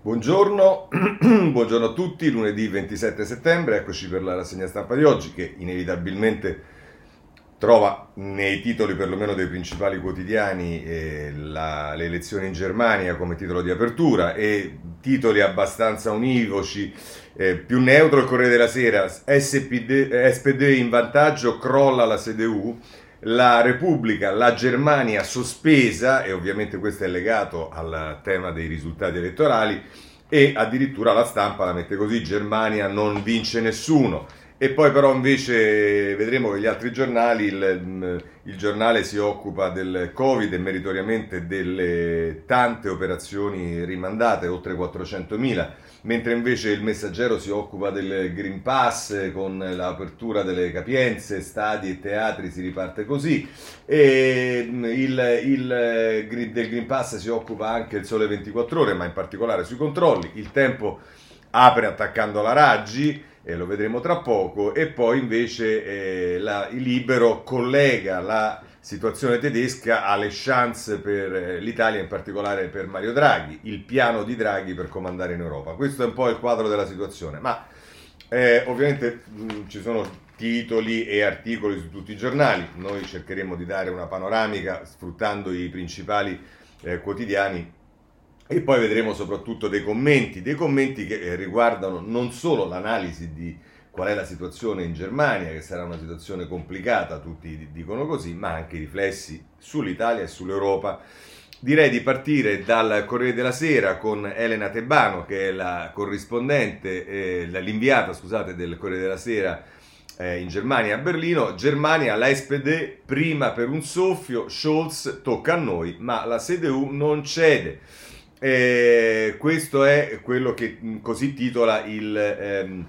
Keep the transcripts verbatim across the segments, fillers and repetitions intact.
Buongiorno, buongiorno a tutti, lunedì ventisette settembre, eccoci per la rassegna stampa di oggi che inevitabilmente trova nei titoli perlomeno dei principali quotidiani eh, la- le elezioni in Germania come titolo di apertura e titoli abbastanza univoci, eh, più neutro il Corriere della Sera, S P D, eh, S P D in vantaggio, crolla la C D U. La Repubblica, la Germania sospesa, e ovviamente questo è legato al tema dei risultati elettorali, e addirittura la stampa la mette così: Germania non vince nessuno. E poi però invece vedremo che gli altri giornali, il, il giornale si occupa del Covid e meritoriamente delle tante operazioni rimandate, oltre quattrocentomila, mentre invece il Messaggero si occupa del Green Pass con l'apertura delle capienze, stadi e teatri, si riparte così. E il, il, del Green Pass si occupa anche il Sole ventiquattro Ore, ma in particolare sui controlli. Il Tempo apre attaccando la Raggi, e lo vedremo tra poco, e poi invece eh, la, il Libero collega la situazione tedesca alle chance per eh, l'Italia, in particolare per Mario Draghi, il piano di Draghi per comandare in Europa. Questo è un po' il quadro della situazione, ma eh, ovviamente mh, ci sono titoli e articoli su tutti i giornali. Noi cercheremo di dare una panoramica sfruttando i principali eh, quotidiani, e poi vedremo soprattutto dei commenti, dei commenti che eh, riguardano non solo l'analisi di qual è la situazione in Germania, che sarà una situazione complicata, tutti dicono così, ma anche i riflessi sull'Italia e sull'Europa. Direi di partire dal Corriere della Sera con Elena Tebano, che è la corrispondente, eh, l'inviata, scusate, del Corriere della Sera eh, in Germania, a Berlino. Germania, la S P D prima per un soffio, Scholz tocca a noi, ma la C D U non cede. Eh, questo è quello che mh, così titola il, ehm,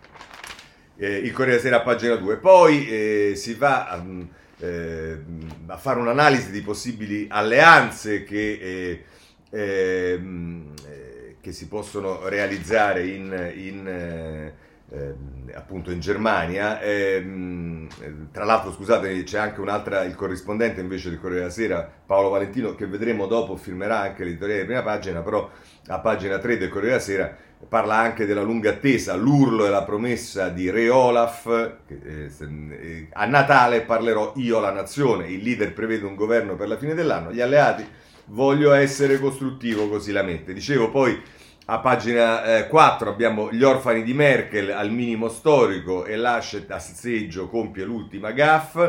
eh, il Corriere della Sera a pagina due. Poi eh, si va a, mh, eh, a fare un'analisi di possibili alleanze che, eh, eh, mh, eh, che si possono realizzare in, in eh, eh, appunto in Germania. Ehm, tra l'altro, scusate, c'è anche un'altra, il corrispondente invece del Corriere della Sera, Paolo Valentino, che vedremo dopo, firmerà anche l'editoriale di prima pagina, però a pagina tre del Corriere della Sera parla anche della lunga attesa, l'urlo e la promessa di Re Olaf, che, eh, se, eh, a Natale parlerò io alla nazione, il leader prevede un governo per la fine dell'anno, gli alleati voglio essere costruttivo, così la mette. Dicevo, poi a pagina eh, quattro abbiamo gli orfani di Merkel al minimo storico e Laschet a seggio compie l'ultima gaffe,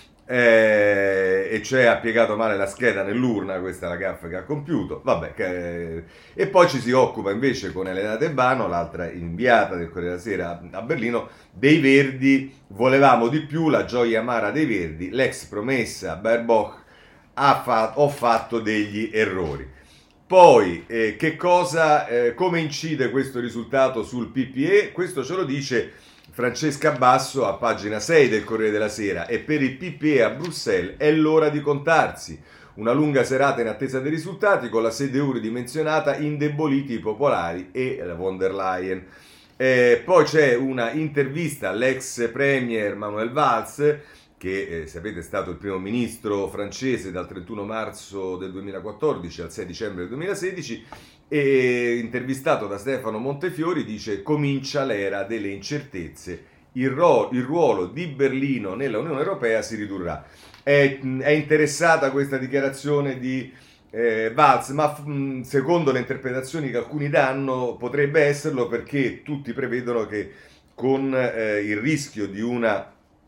eh, e cioè ha piegato male la scheda nell'urna, questa è la gaffe che ha compiuto. Vabbè, che... E poi ci si occupa invece con Elena Tebano, l'altra inviata del Corriere della Sera a Berlino, dei Verdi. Volevamo di più, la gioia amara dei Verdi, l'ex promessa Baerbock ha fatto, ho fatto degli errori. Poi, eh, che cosa, eh, come incide questo risultato sul P P E? Questo ce lo dice Francesca Basso a pagina sei del Corriere della Sera. E per il P P E a Bruxelles è l'ora di contarsi. Una lunga serata in attesa dei risultati, con la C D U ridimensionata, indeboliti i popolari e la von der Leyen. Eh, poi c'è una intervista all'ex premier Manuel Valls, che eh, sapete è stato il primo ministro francese dal trentuno marzo del duemilaquattordici al sei dicembre del duemilasedici, e intervistato da Stefano Montefiori dice: comincia l'era delle incertezze, il, ro- il ruolo di Berlino nella Unione Europea si ridurrà. È, è interessata questa dichiarazione di eh, Valls, ma mh, secondo le interpretazioni che alcuni danno potrebbe esserlo, perché tutti prevedono che con eh, il rischio di una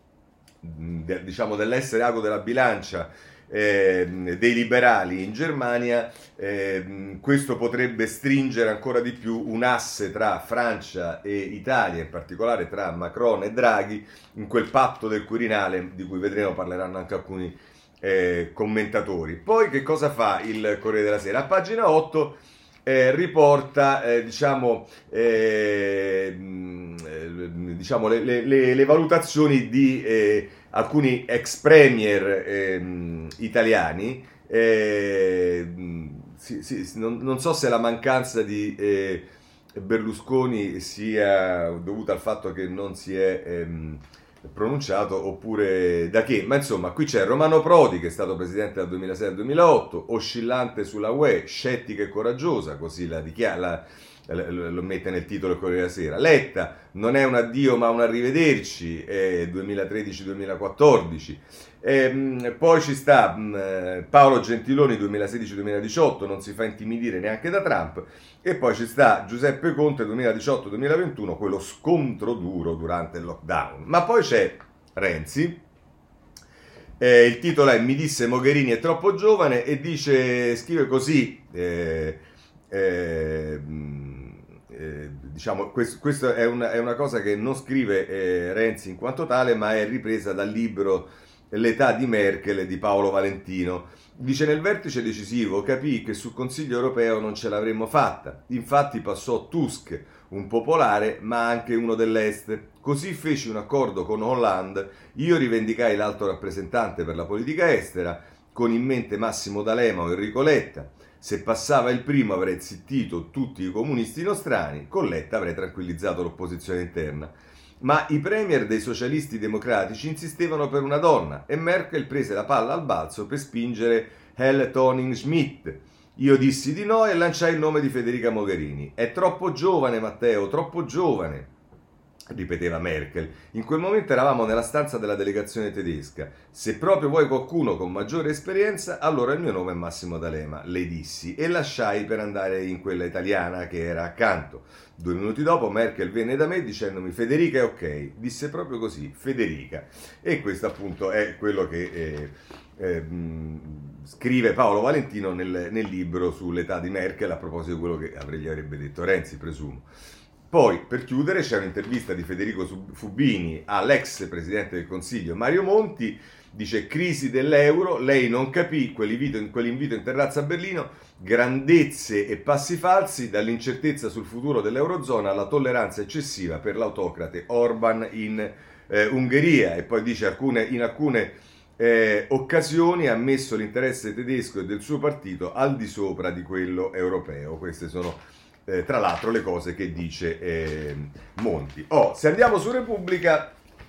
diciamo dell'essere ago della bilancia eh, dei liberali in Germania, eh, questo potrebbe stringere ancora di più un asse tra Francia e Italia, in particolare tra Macron e Draghi, in quel patto del Quirinale di cui vedremo, parleranno anche alcuni eh, commentatori. Poi che cosa fa il Corriere della Sera? A pagina otto Eh, riporta eh, diciamo, eh, diciamo le, le, le valutazioni di eh, alcuni ex premier eh, italiani. eh, sì, sì, non, non so se la mancanza di eh, Berlusconi sia dovuta al fatto che non si è ehm, pronunciato, oppure da che. Ma insomma, qui c'è Romano Prodi, che è stato presidente dal duemilasei al duemilaotto, oscillante sulla U E, scettica e coraggiosa, così la dichiara, lo mette nel titolo del Corriere della Sera. Letta, non è un addio ma un arrivederci, eh, duemilatredici duemilaquattordici. E, poi ci sta mh, Paolo Gentiloni duemilasedici duemiladiciotto, non si fa intimidire neanche da Trump. E poi ci sta Giuseppe Conte duemiladiciotto duemilaventuno, quello scontro duro durante il lockdown. Ma poi c'è Renzi, eh, il titolo è Mi disse Mogherini è troppo giovane, e dice, scrive così, eh, eh, eh, diciamo, questo, questo è, una, è una cosa che non scrive eh, Renzi in quanto tale, ma è ripresa dal libro L'età di Merkel di Paolo Valentino. Dice: nel vertice decisivo capì che sul Consiglio europeo non ce l'avremmo fatta. Infatti passò Tusk, un popolare ma anche uno dell'Est. Così feci un accordo con Hollande, io rivendicai l'alto rappresentante per la politica estera, con in mente Massimo D'Alema o Enrico Letta. Se passava il primo avrei zittito tutti i comunisti nostrani, con Letta avrei tranquillizzato l'opposizione interna. Ma i premier dei socialisti democratici insistevano per una donna e Merkel prese la palla al balzo per spingere Helle Thorning-Schmidt. Io dissi di no e lanciai il nome di Federica Mogherini. È troppo giovane, Matteo, troppo giovane, ripeteva Merkel. In quel momento eravamo nella stanza della delegazione tedesca. Se proprio vuoi qualcuno con maggiore esperienza, allora il mio nome è Massimo D'Alema, le dissi, e lasciai per andare in quella italiana che era accanto. Due minuti dopo Merkel venne da me dicendomi: Federica è ok. Disse proprio così, Federica. E questo appunto è quello che eh, eh, mh, scrive Paolo Valentino nel, nel libro sull'età di Merkel, a proposito di quello che gli avrebbe detto Renzi, presumo. Poi, per chiudere, c'è un'intervista di Federico Fubini all'ex presidente del Consiglio Mario Monti. Dice: crisi dell'euro, lei non capì quell'invito, quell'invito in terrazza a Berlino, grandezze e passi falsi, dall'incertezza sul futuro dell'Eurozona alla tolleranza eccessiva per l'autocrate Orban in eh, Ungheria. E poi dice: alcune, in alcune eh, occasioni ha messo l'interesse tedesco e del suo partito al di sopra di quello europeo. Queste sono eh, tra l'altro le cose che dice eh, Monti. Oh, se andiamo su Repubblica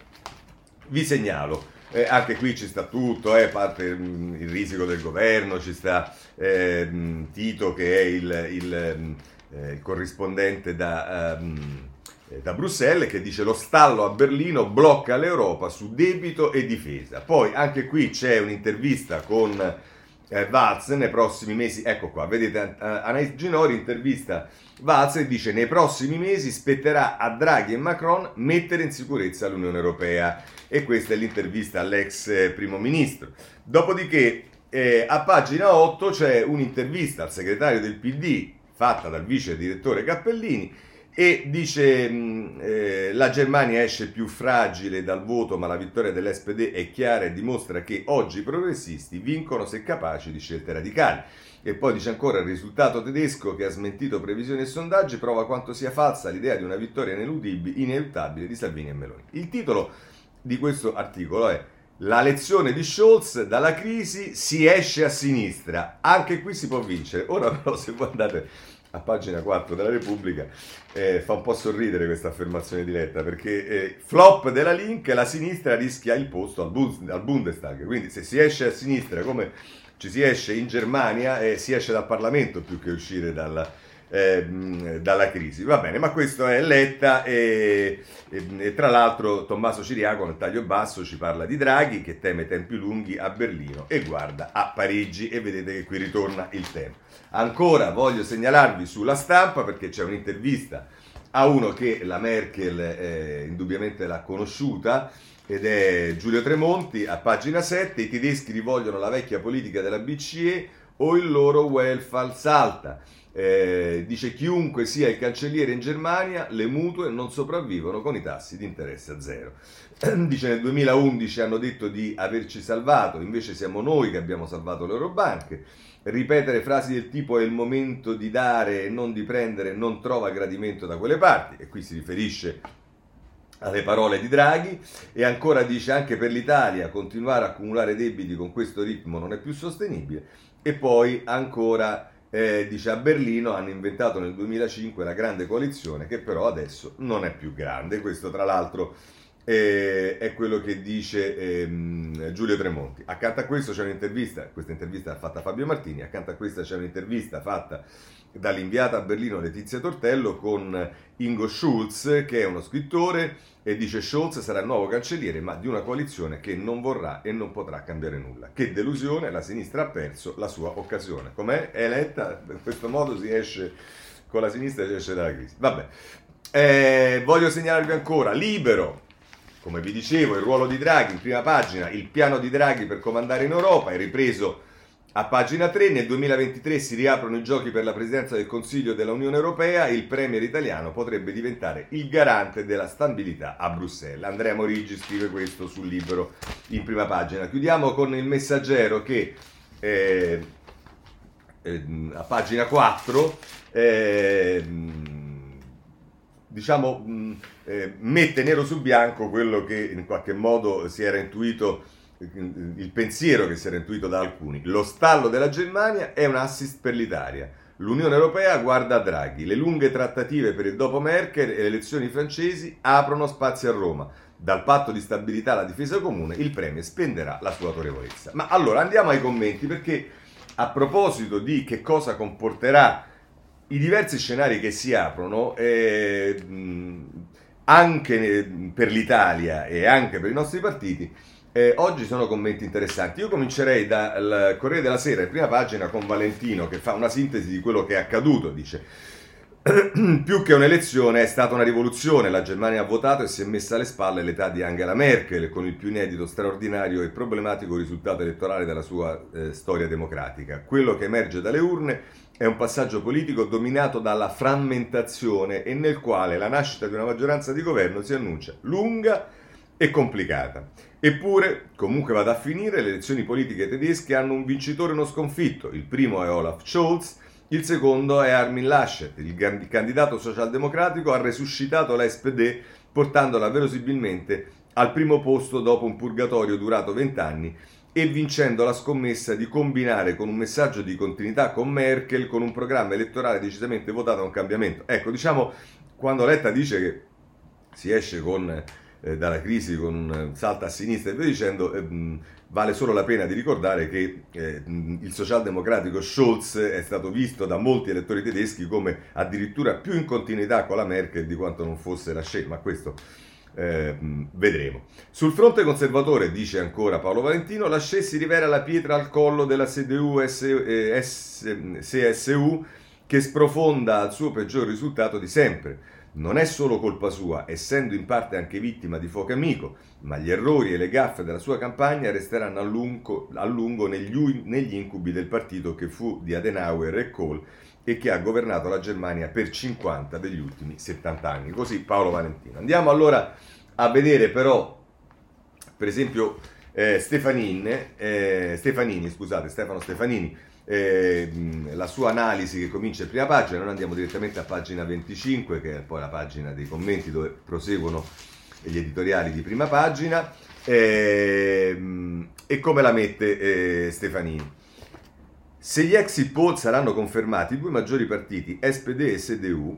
vi segnalo. Eh, anche qui ci sta tutto, eh, parte mh, il risico del governo, ci sta eh, mh, Tito che è il, il, mh, eh, il corrispondente da, um, da Bruxelles, che dice: lo stallo a Berlino blocca l'Europa su debito e difesa. Poi anche qui c'è un'intervista con eh, Valls nei prossimi mesi, ecco qua, vedete, Anais Ginori intervista Valls e dice: nei prossimi mesi spetterà a Draghi e Macron mettere in sicurezza l'Unione Europea. E questa è l'intervista all'ex primo ministro. Dopodiché eh, a pagina otto c'è un'intervista al segretario del P D fatta dal vice direttore Cappellini, e dice mh, eh, la Germania esce più fragile dal voto, ma la vittoria dell'S P D è chiara e dimostra che oggi i progressisti vincono se capaci di scelte radicali. E poi dice ancora: il risultato tedesco, che ha smentito previsioni e sondaggi, prova quanto sia falsa l'idea di una vittoria ineluttabile di Salvini e Meloni. Il titolo di questo articolo è: la lezione di Scholz, dalla crisi si esce a sinistra. Anche qui si può vincere. Ora però, se voi andate a pagina quattro della Repubblica, eh, fa un po' sorridere questa affermazione di Letta, perché eh, flop della Link, la sinistra rischia il posto al, Bund- al Bundestag. Quindi se si esce a sinistra come ci si esce in Germania, eh, si esce dal Parlamento più che uscire dalla Eh, dalla crisi. Va bene, ma questo è Letta e, e, e tra l'altro Tommaso Ciriaco nel taglio basso ci parla di Draghi che teme tempi lunghi a Berlino e guarda a Parigi, e vedete che qui ritorna il tema. Ancora voglio segnalarvi sulla Stampa, perché c'è un'intervista a uno che la Merkel eh, indubbiamente l'ha conosciuta, ed è Giulio Tremonti. A pagina sette: i tedeschi rivogliono la vecchia politica della B C E o il loro welfare salta. Eh, dice: chiunque sia il cancelliere in Germania, le mutue non sopravvivono con i tassi di interesse a zero. Dice: nel duemilaundici hanno detto di averci salvato, invece siamo noi che abbiamo salvato le loro banche. Ripetere frasi del tipo: è il momento di dare e non di prendere, non trova gradimento da quelle parti. E qui si riferisce alle parole di Draghi. E ancora dice: anche per l'Italia continuare a accumulare debiti con questo ritmo non è più sostenibile. E poi ancora Eh, dice: a Berlino hanno inventato nel duemilacinque la grande coalizione, che però adesso non è più grande. Questo tra l'altro eh, è quello che dice ehm, Giulio Tremonti. Accanto a questo c'è un'intervista, questa intervista l'ha fatta Fabio Martini, accanto a questa c'è un'intervista fatta dall'inviata a Berlino Letizia Tortello con Ingo Schulz, che è uno scrittore, e dice: Scholz sarà il nuovo cancelliere, ma di una coalizione che non vorrà e non potrà cambiare nulla. Che delusione, la sinistra ha perso la sua occasione. Com'è? È eletta, in questo modo si esce, con la sinistra si esce dalla crisi. Vabbè, eh, voglio segnalarvi ancora, Libero, come vi dicevo, il ruolo di Draghi, in prima pagina, il piano di Draghi per comandare in Europa, è ripreso a pagina tre. Nel duemilaventitré si riaprono i giochi per la presidenza del Consiglio dell'Unione Europea e il premier italiano potrebbe diventare il garante della stabilità a Bruxelles. Andrea Morigi scrive questo sul Libero in prima pagina. Chiudiamo con il Messaggero che eh, eh, a pagina quattro eh, diciamo mh, eh, mette nero su bianco quello che in qualche modo si era intuito, il pensiero che si era intuito da alcuni. Lo stallo della Germania è un assist per l'Italia. L'Unione Europea guarda a Draghi. Le lunghe trattative per il dopo Merkel e le elezioni francesi aprono spazi a Roma. Dal patto di stabilità alla difesa comune il premier spenderà la sua autorevolezza. Ma allora andiamo ai commenti, perché a proposito di che cosa comporterà i diversi scenari che si aprono, eh, anche per l'Italia e anche per i nostri partiti, Eh, oggi sono commenti interessanti. Io comincerei dal Corriere della Sera, in prima pagina, con Valentino, che fa una sintesi di quello che è accaduto. Dice: più che un'elezione è stata una rivoluzione, la Germania ha votato e si è messa alle spalle l'età di Angela Merkel, con il più inedito, straordinario e problematico risultato elettorale della sua eh, storia democratica. Quello che emerge dalle urne è un passaggio politico dominato dalla frammentazione e nel quale la nascita di una maggioranza di governo si annuncia lunga e complicata. Eppure, comunque vada a finire, le elezioni politiche tedesche hanno un vincitore e uno sconfitto. Il primo è Olaf Scholz, il secondo è Armin Laschet. Il candidato socialdemocratico ha resuscitato la S P D, portandola verosimilmente al primo posto dopo un purgatorio durato vent'anni e vincendo la scommessa di combinare con un messaggio di continuità con Merkel, con un programma elettorale decisamente votato a un cambiamento. Ecco, diciamo, quando Letta dice che si esce con... dalla crisi con un salto a sinistra e via dicendo, eh, vale solo la pena di ricordare che eh, il socialdemocratico Scholz è stato visto da molti elettori tedeschi come addirittura più in continuità con la Merkel di quanto non fosse la Laschet, ma questo eh, vedremo. Sul fronte conservatore, dice ancora Paolo Valentino, la Laschet si rivela la pietra al collo della C D U C S U che sprofonda al suo peggior risultato di sempre. Non è solo colpa sua, essendo in parte anche vittima di fuoco amico, ma gli errori e le gaffe della sua campagna resteranno a lungo, a lungo negli, negli incubi del partito che fu di Adenauer e Kohl e che ha governato la Germania per cinquanta degli ultimi settanta anni. Così Paolo Valentino. Andiamo allora a vedere però, per esempio, eh, Stefanin, eh, Stefanini, scusate, Stefano Stefanini, Eh, la sua analisi che comincia in prima pagina. Noi andiamo direttamente a pagina venticinque, che è poi la pagina dei commenti dove proseguono gli editoriali di prima pagina, eh, e come la mette eh, Stefanini: se gli exit poll saranno confermati, i due maggiori partiti S P D e C D U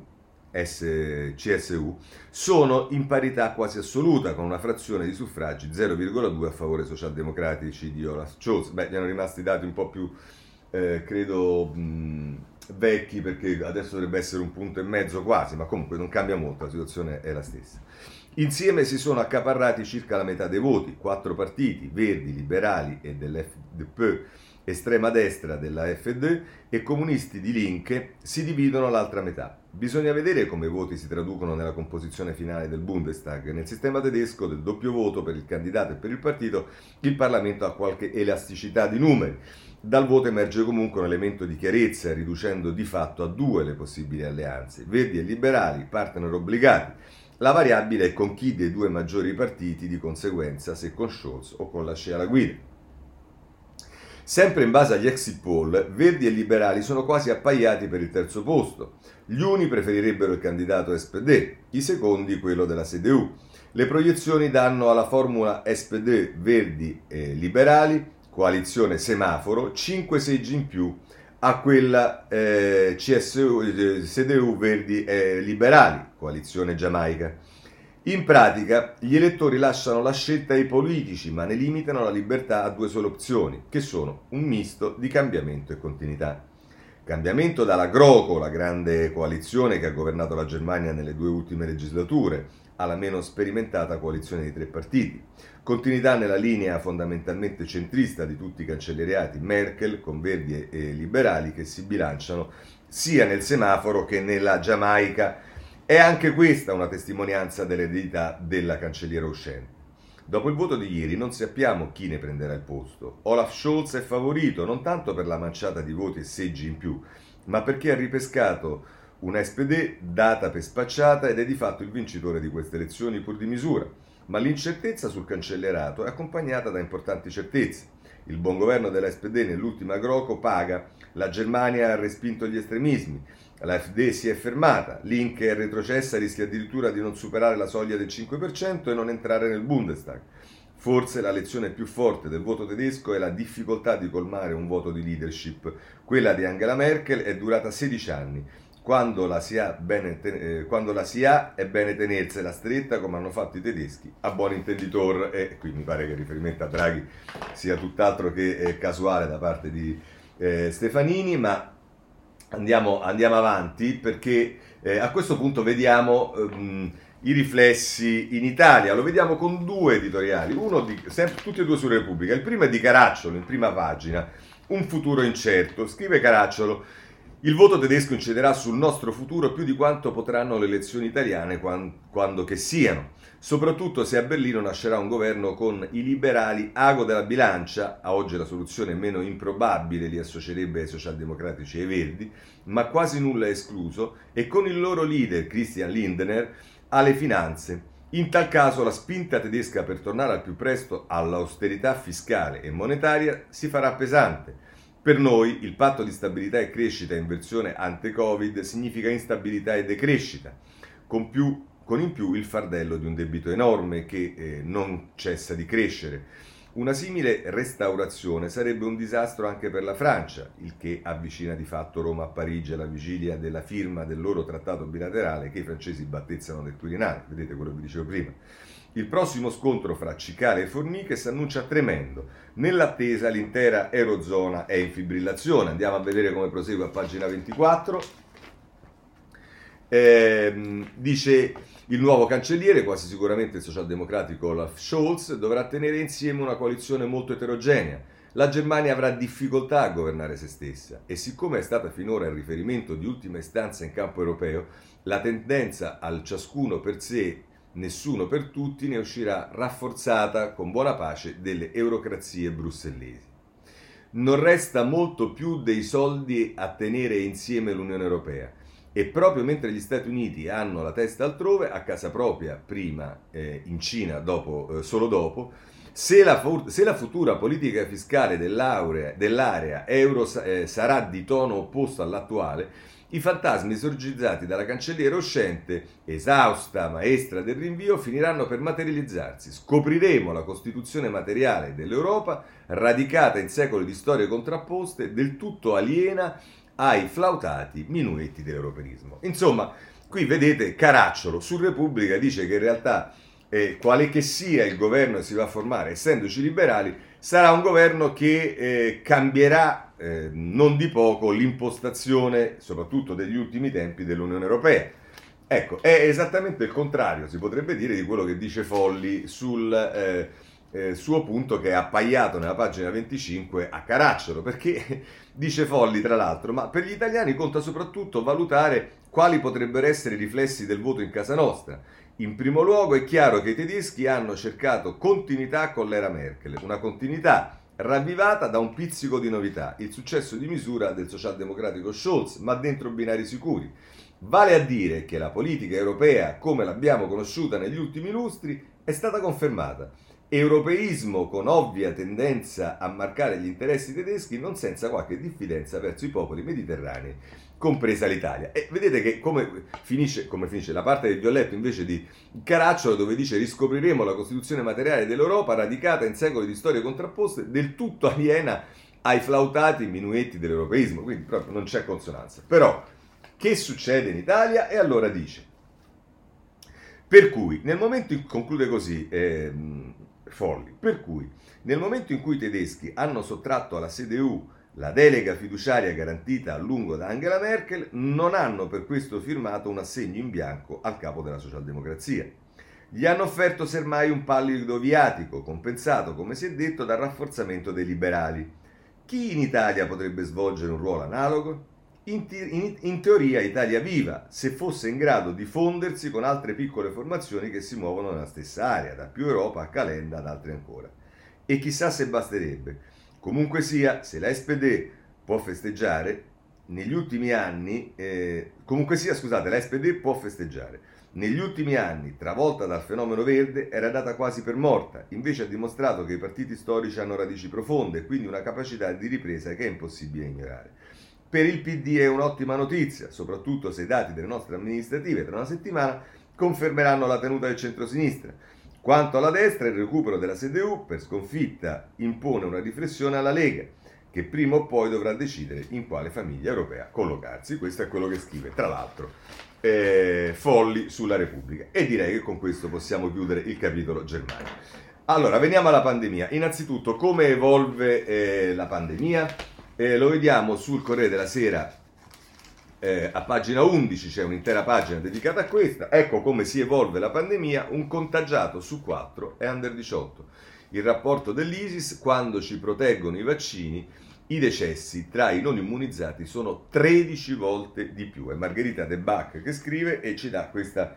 C S U sono in parità quasi assoluta, con una frazione di suffragi zero virgola due a favore socialdemocratici di Olaf Scholz. Beh, gli erano rimasti dati un po' più Eh, credo mh, vecchi, perché adesso dovrebbe essere un punto e mezzo quasi, ma comunque non cambia molto, la situazione è la stessa. Insieme si sono accaparrati circa la metà dei voti, quattro partiti, Verdi, Liberali e dell'F D P, estrema destra della F D e comunisti di Linke si dividono l'altra metà. Bisogna vedere come i voti si traducono nella composizione finale del Bundestag. Nel sistema tedesco del doppio voto per il candidato e per il partito, il Parlamento ha qualche elasticità di numeri. Dal voto emerge comunque un elemento di chiarezza, riducendo di fatto a due le possibili alleanze. Verdi e liberali, partner obbligati. La variabile è con chi dei due maggiori partiti, di conseguenza, se con Scholz o con Laschet alla guida. Sempre in base agli exit poll, Verdi e liberali sono quasi appaiati per il terzo posto. Gli uni preferirebbero il candidato S P D, i secondi quello della C D U. Le proiezioni danno alla formula S P D, Verdi e liberali, coalizione semaforo, cinque seggi in più a quella eh, C S U, C D U, Verdi e liberali, coalizione Giamaica. In pratica, gli elettori lasciano la scelta ai politici, ma ne limitano la libertà a due sole opzioni, che sono un misto di cambiamento e continuità. Cambiamento dalla GroKo, la grande coalizione che ha governato la Germania nelle due ultime legislature, alla meno sperimentata coalizione di tre partiti. Continuità nella linea fondamentalmente centrista di tutti i cancellieriati Merkel, con verdi e liberali che si bilanciano sia nel semaforo che nella Giamaica. È anche questa una testimonianza dell'eredità della cancelliera uscente. Dopo il voto di ieri non sappiamo chi ne prenderà il posto. Olaf Scholz è favorito non tanto per la manciata di voti e seggi in più, ma perché ha ripescato una S P D data per spacciata ed è di fatto il vincitore di queste elezioni pur di misura. Ma l'incertezza sul cancellierato è accompagnata da importanti certezze. Il buon governo della S P D nell'ultima GroKo paga, la Germania ha respinto gli estremismi, la F D si è fermata, Link è retrocessa e rischia addirittura di non superare la soglia del cinque per cento e non entrare nel Bundestag. Forse la lezione più forte del voto tedesco è la difficoltà di colmare un voto di leadership. Quella di Angela Merkel è durata sedici anni. Quando la si ha, bene, eh, quando la si ha è bene tenersela stretta come hanno fatto i tedeschi, a buon intenditor. E qui mi pare che il riferimento a Draghi sia tutt'altro che eh, casuale da parte di eh, Stefanini, ma andiamo, andiamo avanti perché eh, a questo punto vediamo ehm, i riflessi in Italia. Lo vediamo con due editoriali, uno di, sempre, tutti e due su Repubblica. Il primo è di Caracciolo, in prima pagina, un futuro incerto. Scrive Caracciolo: il voto tedesco inciderà sul nostro futuro più di quanto potranno le elezioni italiane quando, quando che siano, soprattutto se a Berlino nascerà un governo con i liberali ago della bilancia, a oggi la soluzione meno improbabile li associerebbe ai socialdemocratici e ai verdi, ma quasi nulla è escluso, e con il loro leader Christian Lindner alle finanze. In tal caso la spinta tedesca per tornare al più presto all'austerità fiscale e monetaria si farà pesante. Per noi il patto di stabilità e crescita in versione ante-Covid significa instabilità e decrescita, con, più, con in più il fardello di un debito enorme che eh, non cessa di crescere. Una simile restaurazione sarebbe un disastro anche per la Francia, il che avvicina di fatto Roma a Parigi alla vigilia della firma del loro trattato bilaterale che i francesi battezzano del Quirinale, vedete quello che vi dicevo prima. Il prossimo scontro fra Cicale e Formiche si annuncia tremendo. Nell'attesa l'intera Eurozona è in fibrillazione. Andiamo a vedere come prosegue a pagina ventiquattro. Eh, dice il nuovo cancelliere, quasi sicuramente il socialdemocratico Olaf Scholz, dovrà tenere insieme una coalizione molto eterogenea. La Germania avrà difficoltà a governare se stessa e siccome è stata finora il riferimento di ultima istanza in campo europeo, la tendenza al ciascuno per sé, nessuno per tutti ne uscirà rafforzata con buona pace delle eurocrazie brussellesi. Non resta molto più dei soldi a tenere insieme l'Unione Europea e proprio mentre gli Stati Uniti hanno la testa altrove, a casa propria, prima eh, in Cina, dopo, eh, solo dopo, se la, se la futura politica fiscale dell'area euro eh, sarà di tono opposto all'attuale, i fantasmi esorcizzati dalla cancelliera uscente, esausta maestra del rinvio, finiranno per materializzarsi. Scopriremo la costituzione materiale dell'Europa, radicata in secoli di storie contrapposte, del tutto aliena ai flautati minuetti dell'europeismo. Insomma, qui vedete Caracciolo su Repubblica dice che in realtà eh, quale che sia il governo che si va a formare, essendoci liberali, sarà un governo che eh, cambierà Eh, non di poco l'impostazione, soprattutto degli ultimi tempi, dell'Unione Europea. Ecco, è esattamente il contrario, si potrebbe dire, di quello che dice Folli sul eh, eh, suo punto che è appaiato nella pagina venticinque a Caracciolo, perché dice Folli, tra l'altro, ma per gli italiani conta soprattutto valutare quali potrebbero essere i riflessi del voto in casa nostra. In primo luogo è chiaro che i tedeschi hanno cercato continuità con l'era Merkel, una continuità ravvivata da un pizzico di novità, il successo di misura del socialdemocratico Scholz, ma dentro binari sicuri. Vale a dire che la politica europea, come l'abbiamo conosciuta negli ultimi lustri, è stata confermata. Europeismo con ovvia tendenza a marcare gli interessi tedeschi, non senza qualche diffidenza verso i popoli mediterranei, compresa l'Italia. E vedete che come finisce, come finisce la parte del violetto invece di Caracciolo, dove dice riscopriremo la costituzione materiale dell'Europa radicata in secoli di storie contrapposte, del tutto aliena ai flautati minuetti dell'europeismo, quindi proprio non c'è consonanza. Però che succede in Italia? E allora dice: Per cui, nel momento in cui, conclude così, ehm, Folli, per cui, nel momento in cui i tedeschi hanno sottratto alla C D U la delega fiduciaria garantita a lungo da Angela Merkel, non hanno per questo firmato un assegno in bianco al capo della socialdemocrazia. Gli hanno offerto semmai un pallido viatico, compensato, come si è detto, dal rafforzamento dei liberali. Chi in Italia potrebbe svolgere un ruolo analogo? In, te- in, in teoria Italia Viva, se fosse in grado di fondersi con altre piccole formazioni che si muovono nella stessa area, da più Europa a Calenda ad altre ancora. E chissà se basterebbe. Comunque sia, se la S P D può festeggiare, negli ultimi anni, eh, comunque sia, scusate, la S P D può festeggiare. Negli ultimi anni, travolta dal fenomeno verde, era data quasi per morta, invece ha dimostrato che i partiti storici hanno radici profonde e quindi una capacità di ripresa che è impossibile ignorare. Per il P D è un'ottima notizia, soprattutto se i dati delle nostre amministrative tra una settimana confermeranno la tenuta del centrosinistra. Quanto alla destra, il recupero della C D U per sconfitta impone una riflessione alla Lega, che prima o poi dovrà decidere in quale famiglia europea collocarsi. Questo è quello che scrive, tra l'altro, eh, Folli sulla Repubblica. E direi che con questo possiamo chiudere il capitolo Germania. Allora, veniamo alla pandemia. Innanzitutto, come evolve eh, la pandemia? Eh, lo vediamo sul Corriere della Sera, eh, a pagina undici, c'è un'intera pagina dedicata a questa. Ecco come si evolve la pandemia: un contagiato su quattro è under diciotto. Il rapporto dell'Isis: quando ci proteggono i vaccini, i decessi tra i non immunizzati sono tredici volte di più. È Margherita De Bach che scrive e ci dà questa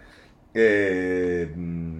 eh,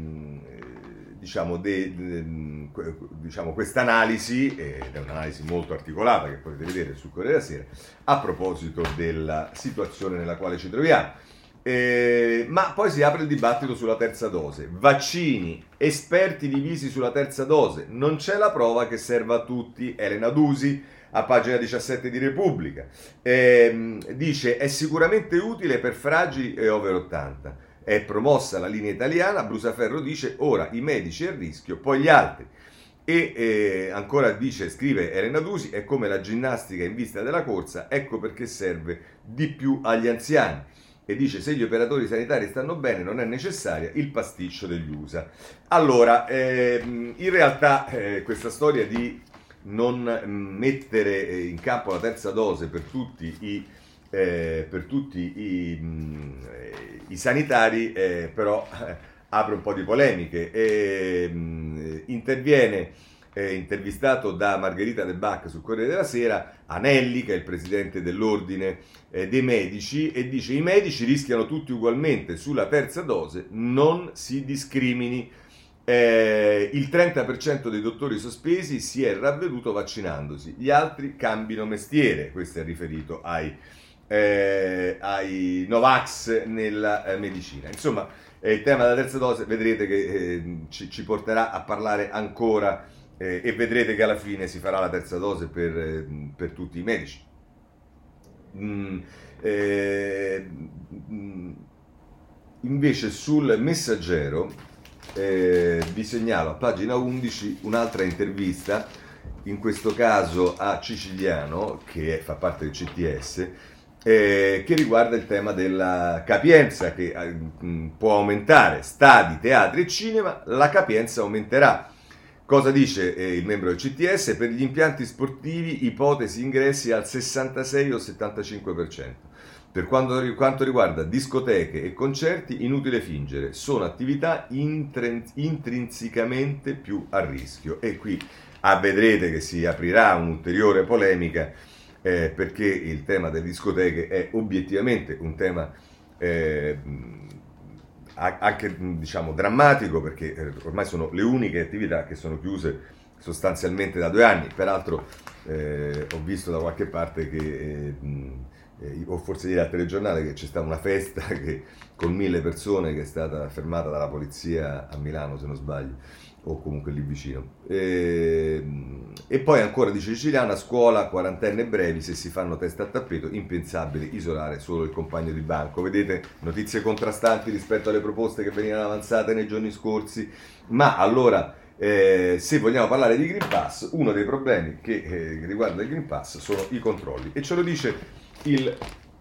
diciamo, de, de, diciamo questa analisi, ed è un'analisi molto articolata che potete vedere sul Corriere della Sera, a proposito della situazione nella quale ci troviamo. Eh, ma poi si apre il dibattito sulla terza dose. Vaccini, esperti divisi sulla terza dose, non c'è la prova che serva a tutti. Elena Dusi, a pagina diciassette di Repubblica, eh, dice: è sicuramente utile per fragili e over ottanta. È promossa la linea italiana. Brusaferro dice: ora i medici a rischio, poi gli altri. E eh, ancora dice, scrive Elena Dusi: è come la ginnastica in vista della corsa, ecco perché serve di più agli anziani. E dice: se gli operatori sanitari stanno bene non è necessaria il pasticcio degli U S A. Allora, ehm, in realtà eh, questa storia di non mettere in campo la terza dose per tutti i, eh, per tutti i, mh, i sanitari eh, però eh, apre un po' di polemiche. E, mh, interviene eh, intervistato da Margherita De Bach sul Corriere della Sera Anelli, che è il presidente dell'ordine eh, dei medici, e dice: i medici rischiano tutti ugualmente, sulla terza dose non si discrimini. Eh, il trenta per cento dei dottori sospesi si è ravveduto vaccinandosi, gli altri cambino mestiere. Questo è riferito ai, eh, ai Novax nella eh, medicina. Insomma, eh, il tema della terza dose vedrete che eh, ci, ci porterà a parlare ancora eh, e vedrete che alla fine si farà la terza dose per, eh, per tutti i medici. Mm, eh, invece sul Messaggero Eh, vi segnalo a pagina undici un'altra intervista, in questo caso a Ciciliano, che è, fa parte del C T S, eh, che riguarda il tema della capienza, che eh, può aumentare. Stadi, teatri e cinema, la capienza aumenterà. Cosa dice eh, il membro del C T S? Per gli impianti sportivi ipotesi ingressi al sessantasei o settantacinque per cento. Per quanto, quanto riguarda discoteche e concerti, inutile fingere, sono attività intren- intrinsecamente più a rischio. E qui ah, vedrete che si aprirà un'ulteriore polemica, eh, perché il tema delle discoteche è obiettivamente un tema eh, anche, diciamo, drammatico, perché ormai sono le uniche attività che sono chiuse sostanzialmente da due anni. Peraltro eh, ho visto da qualche parte che... Eh, Eh, o forse ieri al telegiornale che c'è stata una festa che, con mille persone, che è stata fermata dalla polizia a Milano, se non sbaglio, o comunque lì vicino. E, e poi ancora dice Ciciliano: a scuola quarantenne brevi, se si fanno test a tappeto, impensabile isolare solo il compagno di banco. Vedete, notizie contrastanti rispetto alle proposte che venivano avanzate nei giorni scorsi. Ma allora, eh, se vogliamo parlare di Green Pass, uno dei problemi che eh, riguarda il Green Pass sono i controlli, e ce lo dice il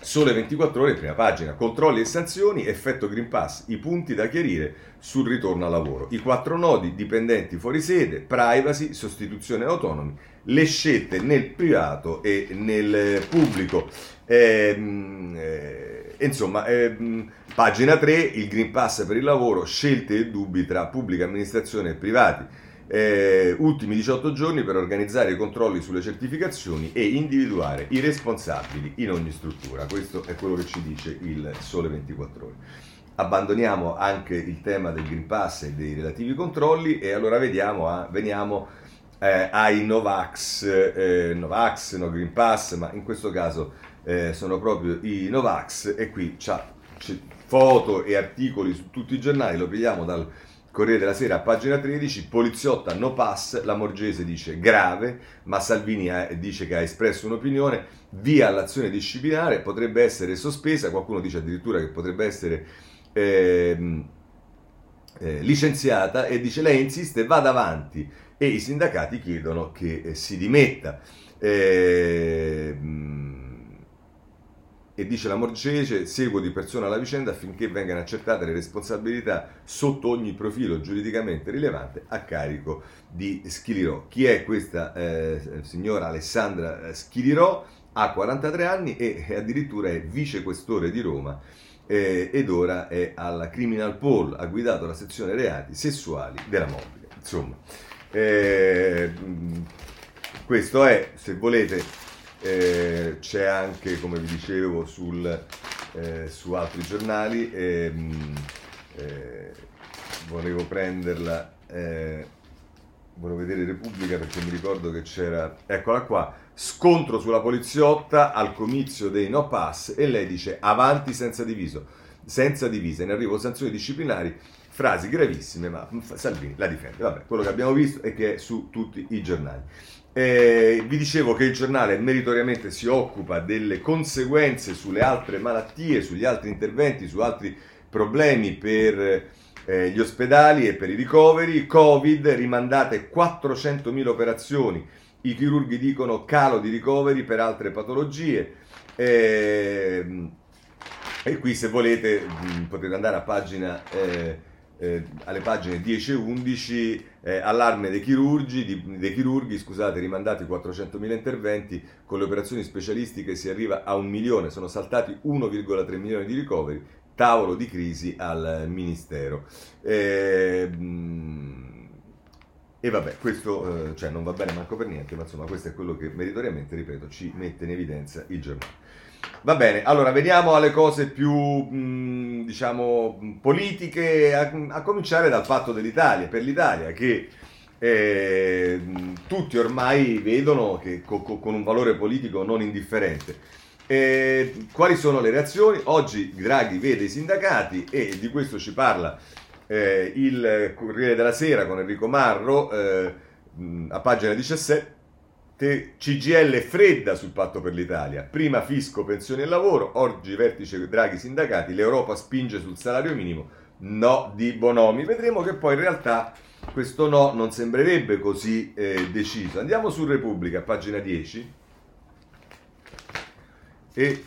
Sole ventiquattro ore, prima pagina, controlli e sanzioni, effetto Green Pass, i punti da chiarire sul ritorno al lavoro. I quattro nodi, dipendenti fuori sede, privacy, sostituzione autonomi, le scelte nel privato e nel pubblico. Ehm, eh, insomma, ehm, pagina tre, il Green Pass per il lavoro, scelte e dubbi tra pubblica amministrazione e privati. Eh, ultimi diciotto giorni per organizzare i controlli sulle certificazioni e individuare i responsabili in ogni struttura. Questo è quello che ci dice il Sole ventiquattro Ore. Abbandoniamo anche il tema del Green Pass e dei relativi controlli e allora vediamo a, veniamo eh, ai Novax, eh, Novax, no Green Pass, ma in questo caso eh, sono proprio i Novax e qui c'ha, c'è foto e articoli su tutti i giornali, lo pigliamo dal Corriere della Sera a pagina tredici, poliziotta no pass, la Morgese dice grave, ma Salvini ha, dice che ha espresso un'opinione, via all'azione disciplinare, potrebbe essere sospesa, qualcuno dice addirittura che potrebbe essere eh, eh, licenziata e dice lei insiste, vada avanti e i sindacati chiedono che eh, si dimetta. Eh, E dice la Morgese, seguo di persona la vicenda affinché vengano accertate le responsabilità sotto ogni profilo giuridicamente rilevante a carico di Schilirò. Chi è questa eh, signora Alessandra Schilirò? Ha quarantatré anni e addirittura è vicequestore di Roma eh, ed ora è alla Criminal Pol, ha guidato la sezione reati sessuali della Mobile. Insomma, eh, questo è, se volete... Eh, c'è anche, come vi dicevo, sul, eh, su altri giornali, ehm, eh, volevo prenderla, eh, volevo vedere Repubblica perché mi ricordo che c'era, eccola qua, scontro sulla poliziotta al comizio dei no pass e lei dice avanti senza diviso, senza divisa, in arrivo sanzioni disciplinari, frasi gravissime, ma Salvini la difende. Vabbè, quello che abbiamo visto è che è su tutti i giornali. Eh, vi dicevo che il giornale meritoriamente si occupa delle conseguenze sulle altre malattie, sugli altri interventi, su altri problemi per eh, gli ospedali e per i ricoveri. Covid, rimandate quattrocentomila operazioni, i chirurghi dicono calo di ricoveri per altre patologie. Eh, e qui se volete mh, potete andare a pagina... Eh, Eh, alle pagine dieci e undici, eh, allarme dei chirurgi, di, dei chirurghi, scusate, rimandati quattrocentomila interventi, con le operazioni specialistiche si arriva a un milione, sono saltati uno virgola tre milioni di ricoveri, tavolo di crisi al Ministero. Eh, e vabbè, questo eh, cioè non va bene manco per niente, ma insomma questo è quello che meritoriamente, ripeto, ci mette in evidenza il giornale. Va bene, allora veniamo alle cose più, mh, diciamo, politiche, a, a cominciare dal Patto dell'Italia, per l'Italia, che eh, tutti ormai vedono che co- co- con un valore politico non indifferente. Eh, quali sono le reazioni? Oggi Draghi vede i sindacati e di questo ci parla eh, il Corriere della Sera con Enrico Marro eh, a pagina diciassette. C G I L fredda sul patto per l'Italia, prima fisco, pensioni e lavoro, oggi vertice Draghi sindacati, l'Europa spinge sul salario minimo, no di Bonomi. Vedremo che poi in realtà questo no non sembrerebbe così eh, deciso. Andiamo su Repubblica, pagina dieci, e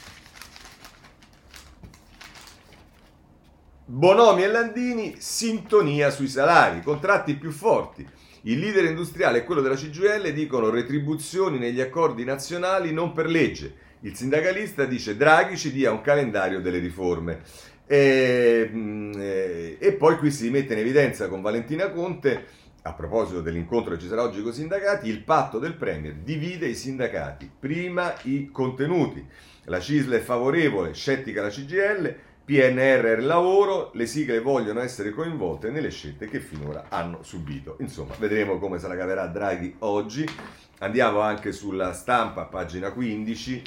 Bonomi e Landini, sintonia sui salari, contratti più forti. Il leader industriale e quello della C G I L dicono retribuzioni negli accordi nazionali non per legge. Il sindacalista dice Draghi ci dia un calendario delle riforme. E, e, e poi qui si mette in evidenza con Valentina Conte, a proposito dell'incontro che ci sarà oggi con i sindacati, il patto del Premier divide i sindacati. Prima i contenuti. La C I S L è favorevole, scettica la C G I L. P N R R lavoro, le sigle vogliono essere coinvolte nelle scelte che finora hanno subito. Insomma, vedremo come se la caverà Draghi oggi. Andiamo anche sulla Stampa, pagina quindici.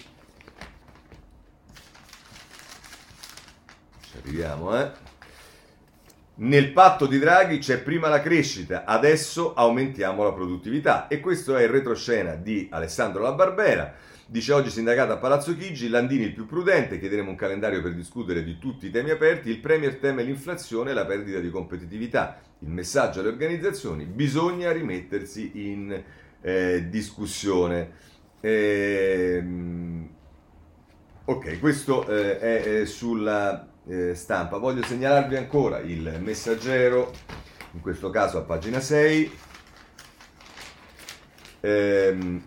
Ci arriviamo, eh? Nel patto di Draghi c'è prima la crescita, adesso aumentiamo la produttività. E questo è il retroscena di Alessandro La Barbera. Dice oggi sindacato a Palazzo Chigi, Landini il più prudente, chiederemo un calendario per discutere di tutti i temi aperti, il Premier teme l'inflazione e la perdita di competitività. Il messaggio alle organizzazioni, bisogna rimettersi in eh, discussione. Ehm... Ok, questo eh, è, è sulla eh, stampa. Voglio segnalarvi ancora il Messaggero, in questo caso a pagina sei. Ehm,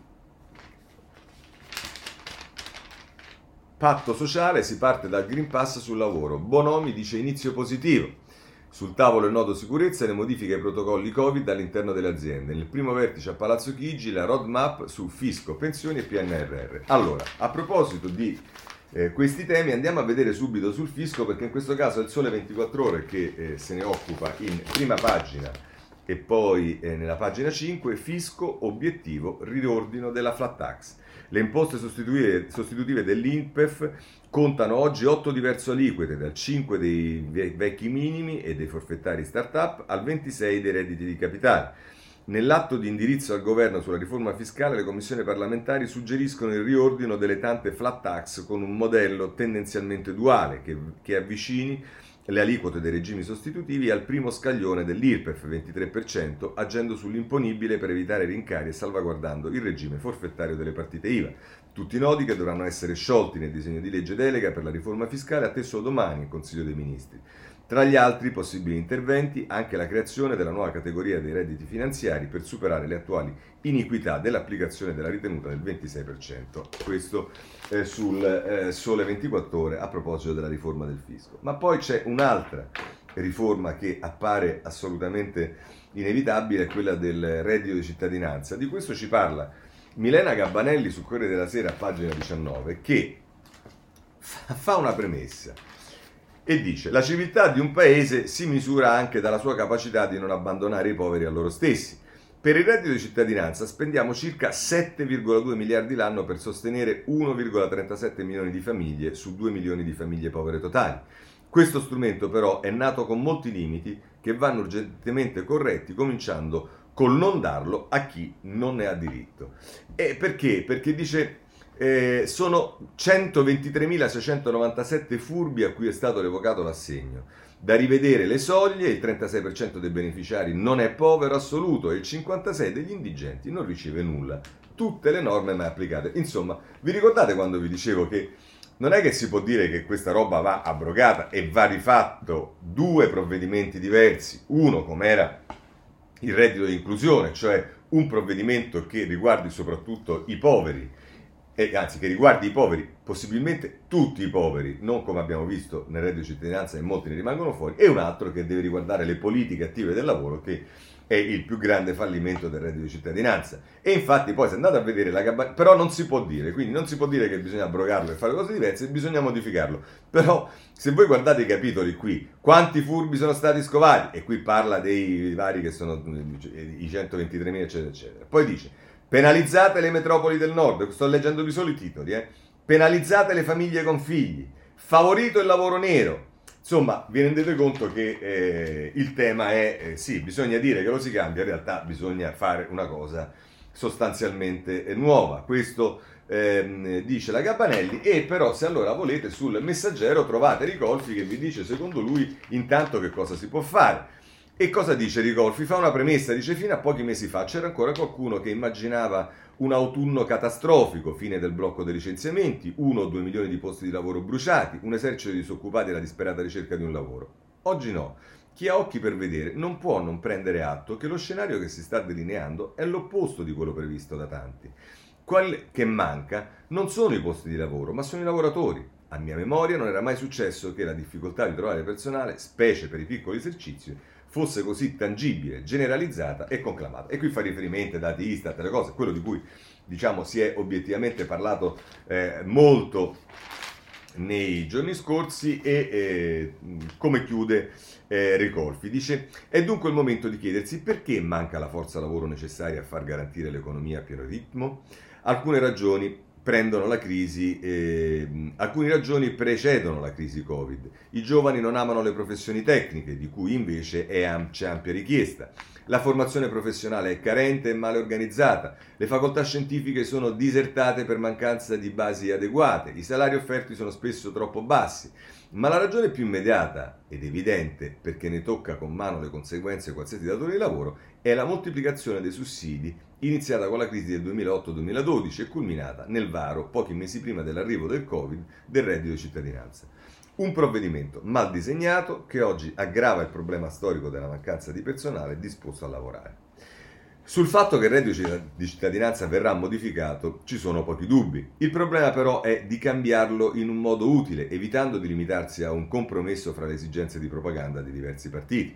patto sociale, si parte dal Green Pass sul lavoro. Bonomi dice inizio positivo. Sul tavolo il nodo sicurezza e le modifiche ai protocolli Covid all'interno delle aziende. Nel primo vertice a Palazzo Chigi la roadmap su fisco, pensioni e P N R R. Allora, a proposito di eh, questi temi, andiamo a vedere subito sul fisco, perché in questo caso è il Sole ventiquattro Ore che eh, se ne occupa in prima pagina e poi eh, nella pagina cinque, fisco, obiettivo, riordino della flat tax. Le imposte sostitutive, sostitutive dell'I N P E F contano oggi otto diverse aliquote, dal cinque dei vecchi minimi e dei forfettari start-up al ventisei dei redditi di capitale. Nell'atto di indirizzo al governo sulla riforma fiscale, le commissioni parlamentari suggeriscono il riordino delle tante flat tax con un modello tendenzialmente duale che, che avvicini le aliquote dei regimi sostitutivi al primo scaglione dell'I R P E F, ventitré per cento, agendo sull'imponibile per evitare rincari e salvaguardando il regime forfettario delle partite I V A. Tutti nodi che dovranno essere sciolti nel disegno di legge delega per la riforma fiscale atteso domani in Consiglio dei Ministri. Tra gli altri possibili interventi anche la creazione della nuova categoria dei redditi finanziari per superare le attuali iniquità dell'applicazione della ritenuta del ventisei per cento. Questo eh, sul eh, Sole ventiquattro Ore a proposito della riforma del fisco. Ma poi c'è un'altra riforma che appare assolutamente inevitabile, è quella del reddito di cittadinanza. Di questo ci parla Milena Gabbanelli sul Corriere della Sera a pagina diciannove, che fa una premessa e dice: la civiltà di un paese si misura anche dalla sua capacità di non abbandonare i poveri a loro stessi. Per il reddito di cittadinanza spendiamo circa sette virgola due miliardi l'anno per sostenere uno virgola trentasette milioni di famiglie su due milioni di famiglie povere totali. Questo strumento però è nato con molti limiti che vanno urgentemente corretti, cominciando col non darlo a chi non ne ha diritto. E perché? Perché dice eh, sono centoventitremilaseicentonovantasette furbi a cui è stato revocato l'assegno. Da rivedere le soglie, il trentasei per cento dei beneficiari non è povero assoluto e il cinquantasei per cento degli indigenti non riceve nulla. Tutte le norme mai applicate. Insomma, vi ricordate quando vi dicevo che non è che si può dire che questa roba va abrogata e va rifatto due provvedimenti diversi, uno come era il reddito di inclusione, cioè un provvedimento che riguardi soprattutto i poveri, e anzi che riguardi i poveri, possibilmente tutti i poveri, non come abbiamo visto nel reddito di cittadinanza e molti ne rimangono fuori, e un altro che deve riguardare le politiche attive del lavoro, che è il più grande fallimento del reddito di cittadinanza. E infatti poi se andate a vedere la Gabbanelli, però non si può dire, quindi non si può dire che bisogna abrogarlo e fare cose diverse, bisogna modificarlo. Però se voi guardate i capitoli qui, quanti furbi sono stati scovati, e qui parla dei vari che sono i centoventitremila eccetera eccetera, poi dice penalizzate le metropoli del nord, sto leggendovi solo i titoli, eh? Penalizzate le famiglie con figli, favorito il lavoro nero. Insomma, vi rendete conto che eh, il tema è, eh, sì, bisogna dire che lo si cambia, in realtà bisogna fare una cosa sostanzialmente eh, nuova. Questo ehm, dice la Gabbanelli, e però se allora volete sul Messaggero trovate Ricolfi che vi dice secondo lui intanto che cosa si può fare. E cosa dice Ricolfi? Fa una premessa, dice: fino a pochi mesi fa c'era ancora qualcuno che immaginava un autunno catastrofico, fine del blocco dei licenziamenti, uno o due milioni di posti di lavoro bruciati, un esercito di disoccupati alla disperata ricerca di un lavoro. Oggi no. Chi ha occhi per vedere non può non prendere atto che lo scenario che si sta delineando è l'opposto di quello previsto da tanti. Quel che manca non sono i posti di lavoro, ma sono i lavoratori. A mia memoria non era mai successo che la difficoltà di trovare personale, specie per i piccoli esercizi, fosse così tangibile, generalizzata e conclamata. E qui fa riferimento ai dati Istat, le cose, quello di cui diciamo si è obiettivamente parlato eh, molto nei giorni scorsi. E eh, come chiude eh, Ricolfi, dice: è dunque il momento di chiedersi perché manca la forza lavoro necessaria a far garantire l'economia a pieno ritmo. Alcune ragioni prendono la crisi, eh, alcune ragioni precedono la crisi Covid. I giovani non amano le professioni tecniche, di cui invece è am- c'è ampia richiesta. La formazione professionale è carente e male organizzata. Le facoltà scientifiche sono disertate per mancanza di basi adeguate. I salari offerti sono spesso troppo bassi. Ma la ragione più immediata ed evidente, perché ne tocca con mano le conseguenze qualsiasi datore di lavoro, è la moltiplicazione dei sussidi iniziata con la crisi del duemilaotto duemiladodici e culminata nel varo, pochi mesi prima dell'arrivo del Covid, del reddito di cittadinanza. Un provvedimento mal disegnato che oggi aggrava il problema storico della mancanza di personale disposto a lavorare. Sul fatto che il reddito di cittadinanza verrà modificato ci sono pochi dubbi. Il problema però è di cambiarlo in un modo utile, evitando di limitarsi a un compromesso fra le esigenze di propaganda di diversi partiti.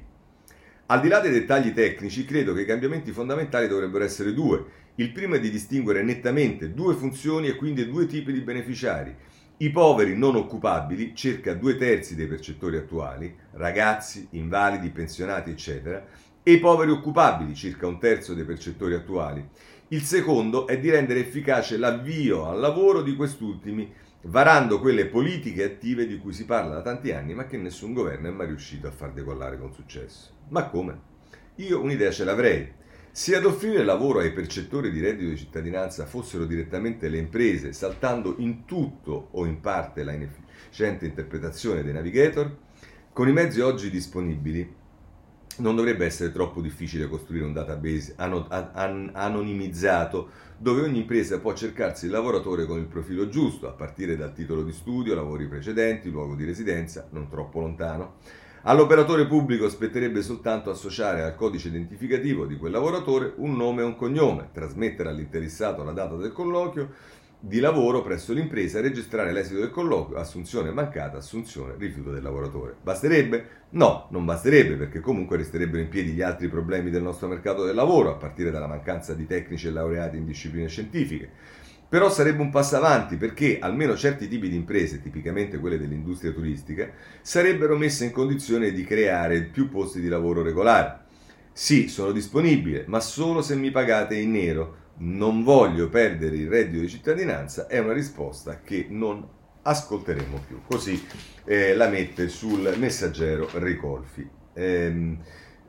Al di là dei dettagli tecnici, credo che i cambiamenti fondamentali dovrebbero essere due. Il primo è di distinguere nettamente due funzioni e quindi due tipi di beneficiari. I poveri non occupabili, circa due terzi dei percettori attuali, ragazzi, invalidi, pensionati, eccetera, e i poveri occupabili, circa un terzo dei percettori attuali. Il secondo è di rendere efficace l'avvio al lavoro di quest'ultimi, varando quelle politiche attive di cui si parla da tanti anni, ma che nessun governo è mai riuscito a far decollare con successo. Ma come? Io un'idea ce l'avrei. Se ad offrire lavoro ai percettori di reddito di cittadinanza fossero direttamente le imprese, saltando in tutto o in parte la inefficiente interpretazione dei navigator, con i mezzi oggi disponibili non dovrebbe essere troppo difficile costruire un database an- an- anonimizzato dove ogni impresa può cercarsi il lavoratore con il profilo giusto, a partire dal titolo di studio, lavori precedenti, luogo di residenza, non troppo lontano. All'operatore pubblico spetterebbe soltanto associare al codice identificativo di quel lavoratore un nome e un cognome, trasmettere all'interessato la data del colloquio di lavoro presso l'impresa, registrare l'esito del colloquio, assunzione mancata, assunzione, rifiuto del lavoratore. Basterebbe? No, non basterebbe, perché comunque resterebbero in piedi gli altri problemi del nostro mercato del lavoro, a partire dalla mancanza di tecnici e laureati in discipline scientifiche. Però sarebbe un passo avanti, perché almeno certi tipi di imprese, tipicamente quelle dell'industria turistica, sarebbero messe in condizione di creare più posti di lavoro regolari. Sì, sono disponibile, ma solo se mi pagate in nero. Non voglio perdere il reddito di cittadinanza, è una risposta che non ascolteremo più. Così eh, la mette sul Messaggero Ricolfi. Ehm,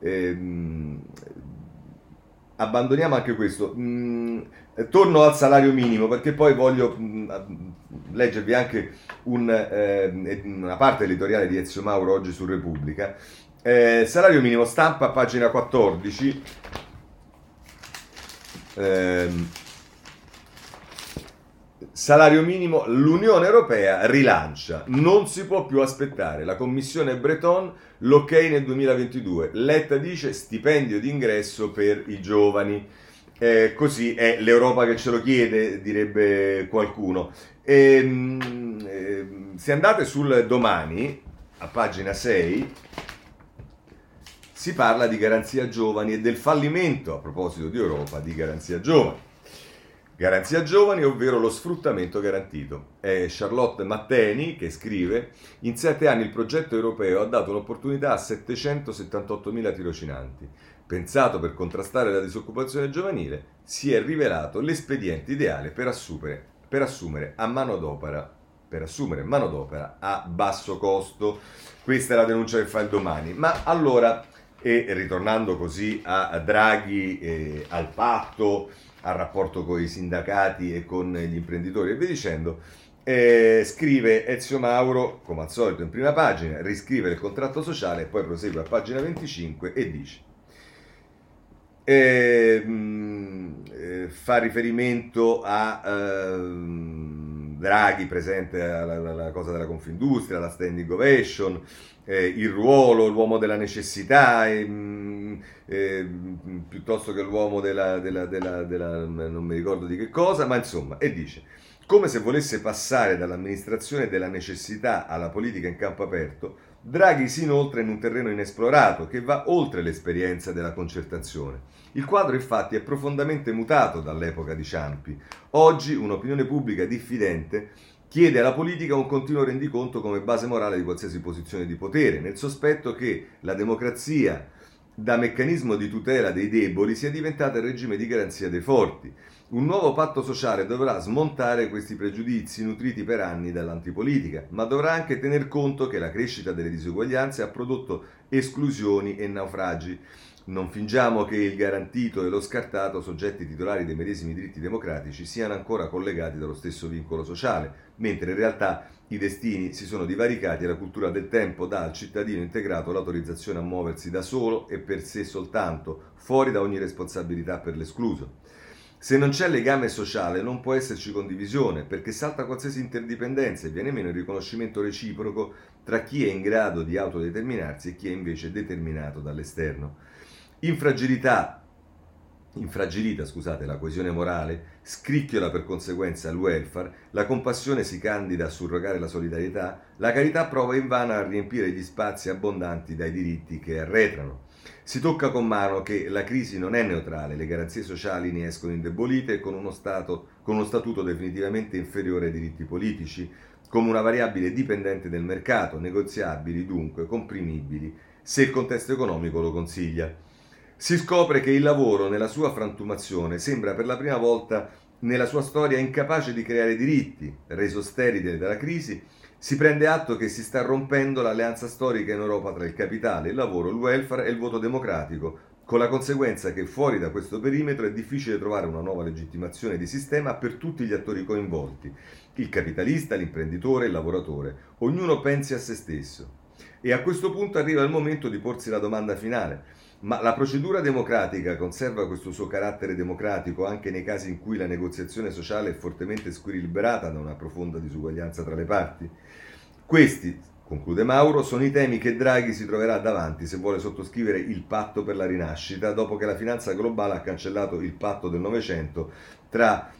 ehm, abbandoniamo anche questo. Mm, torno al salario minimo, perché poi voglio mm, leggervi anche un, eh, una parte editoriale di Ezio Mauro oggi su Repubblica. Eh, salario minimo, Stampa, pagina quattordici. Ehm, salario minimo, l'Unione Europea rilancia, non si può più aspettare, la commissione Breton, l'ok nel duemilaventidue, Letta dice stipendio di ingresso per i giovani, eh, così è l'Europa che ce lo chiede, direbbe qualcuno. Ehm, ehm, se andate sul Domani, a pagina sei, si parla di Garanzia Giovani e del fallimento, a proposito di Europa, di Garanzia Giovani. Garanzia Giovani, ovvero lo sfruttamento garantito. È Charlotte Matteni che scrive: in sette anni il progetto europeo ha dato un'opportunità a settecentosettantottomila tirocinanti. Pensato per contrastare la disoccupazione giovanile, si è rivelato l'espediente ideale per assumere, per assumere a manodopera, per assumere manodopera a basso costo. Questa è la denuncia che fa il Domani. Ma allora, e ritornando così a Draghi, eh, al patto, al rapporto con i sindacati e con gli imprenditori e via dicendo, eh, scrive Ezio Mauro, come al solito in prima pagina, riscrive il contratto sociale e poi prosegue a pagina venticinque e dice eh, mh, eh, fa riferimento a eh, Draghi presente alla, alla cosa della Confindustria, la standing ovation, eh, il ruolo, l'uomo della necessità, eh, eh, piuttosto che l'uomo della, della, della, della, non mi ricordo di che cosa, ma insomma, e dice, come se volesse passare dall'amministrazione della necessità alla politica in campo aperto, Draghi si inoltra in un terreno inesplorato che va oltre l'esperienza della concertazione. Il quadro infatti è profondamente mutato dall'epoca di Ciampi. Oggi un'opinione pubblica diffidente chiede alla politica un continuo rendiconto come base morale di qualsiasi posizione di potere, nel sospetto che la democrazia, da meccanismo di tutela dei deboli, sia diventata il regime di garanzia dei forti. Un nuovo patto sociale dovrà smontare questi pregiudizi nutriti per anni dall'antipolitica, ma dovrà anche tener conto che la crescita delle disuguaglianze ha prodotto esclusioni e naufragi. Non fingiamo che il garantito e lo scartato, soggetti titolari dei medesimi diritti democratici, siano ancora collegati dallo stesso vincolo sociale, mentre in realtà I destini si sono divaricati e la cultura del tempo dà al cittadino integrato l'autorizzazione a muoversi da solo e per sé soltanto, fuori da ogni responsabilità per l'escluso. Se non c'è legame sociale non può esserci condivisione, perché salta qualsiasi interdipendenza e viene meno il riconoscimento reciproco tra chi è in grado di autodeterminarsi e chi è invece determinato dall'esterno. In fragilità Infragilita, scusate, la coesione morale, scricchiola per conseguenza il welfare, la compassione si candida a surrogare la solidarietà, la carità prova invano a riempire gli spazi abbondanti dai diritti che arretrano. Si tocca con mano che la crisi non è neutrale, le garanzie sociali ne escono indebolite con uno, stato, con uno statuto definitivamente inferiore ai diritti politici, come una variabile dipendente del mercato, negoziabili dunque, comprimibili, se il contesto economico lo consiglia. Si scopre che il lavoro, nella sua frantumazione, sembra per la prima volta nella sua storia incapace di creare diritti. Reso sterile dalla crisi, si prende atto che si sta rompendo l'alleanza storica in Europa tra il capitale, il lavoro, il welfare e il voto democratico, con la conseguenza che fuori da questo perimetro è difficile trovare una nuova legittimazione di sistema per tutti gli attori coinvolti, il capitalista, l'imprenditore, il lavoratore. Ognuno pensi a se stesso. E a questo punto arriva il momento di porsi la domanda finale. Ma la procedura democratica conserva questo suo carattere democratico anche nei casi in cui la negoziazione sociale è fortemente squilibrata da una profonda disuguaglianza tra le parti? Questi, conclude Mauro, sono i temi che Draghi si troverà davanti se vuole sottoscrivere il patto per la rinascita, dopo che la finanza globale ha cancellato il patto del Novecento tra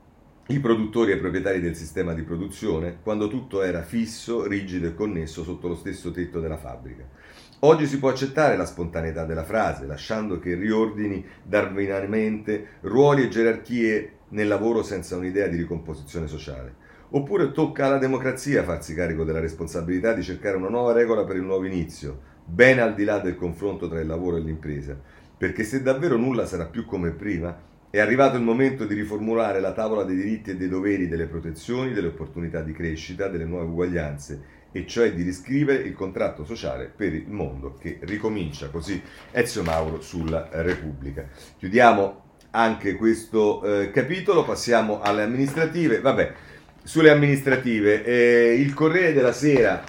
i produttori e i proprietari del sistema di produzione, quando tutto era fisso, rigido e connesso sotto lo stesso tetto della fabbrica. Oggi si può accettare la spontaneità della frase, lasciando che riordini darwinamente ruoli e gerarchie nel lavoro senza un'idea di ricomposizione sociale. Oppure tocca alla democrazia farsi carico della responsabilità di cercare una nuova regola per il nuovo inizio, ben al di là del confronto tra il lavoro e l'impresa, perché se davvero nulla sarà più come prima, è arrivato il momento di riformulare la tavola dei diritti e dei doveri, delle protezioni, delle opportunità di crescita, delle nuove uguaglianze, e cioè di riscrivere il contratto sociale per il mondo che ricomincia. Così Ezio Mauro sulla Repubblica. Chiudiamo anche questo eh, capitolo, passiamo alle amministrative. Vabbè, sulle amministrative, eh, il Corriere della Sera,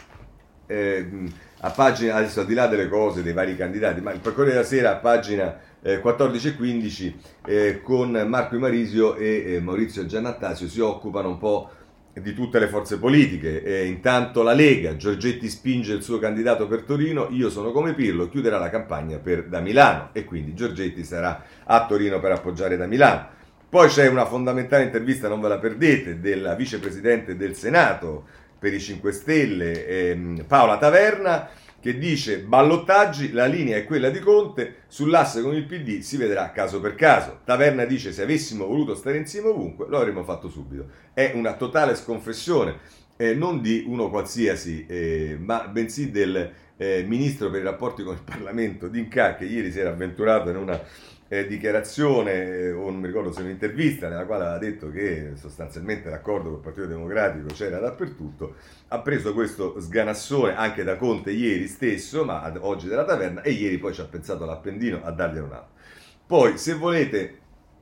eh, a pagina, adesso al di là delle cose, dei vari candidati, ma il Corriere della Sera a pagina eh, quattordici e quindici eh, con Marco Imarisio e eh, Maurizio Giannattasio si occupano un po' di tutte le forze politiche. E intanto la Lega, Giorgetti spinge il suo candidato per Torino, io sono come Pirlo, chiuderà la campagna per da Milano, e quindi Giorgetti sarà a Torino per appoggiare da Milano. Poi c'è una fondamentale intervista, non ve la perdete, della vicepresidente del Senato per i cinque Stelle, ehm, Paola Taverna, che dice: ballottaggi, la linea è quella di Conte, sull'asse con il P D si vedrà caso per caso. Taverna dice: se avessimo voluto stare insieme ovunque lo avremmo fatto subito. È una totale sconfessione, eh, non di uno qualsiasi, eh, ma bensì del eh, ministro per i rapporti con il Parlamento D'Incà, che ieri si era avventurato in una eh, dichiarazione, eh, o non mi ricordo se un'intervista, nella quale aveva detto che sostanzialmente l'accordo col Partito Democratico c'era dappertutto. Ha preso questo sganassone anche da Conte ieri stesso, ma ad oggi della Taverna, e ieri poi ci ha pensato l'Appendino a darglielo un altro. Poi, se volete,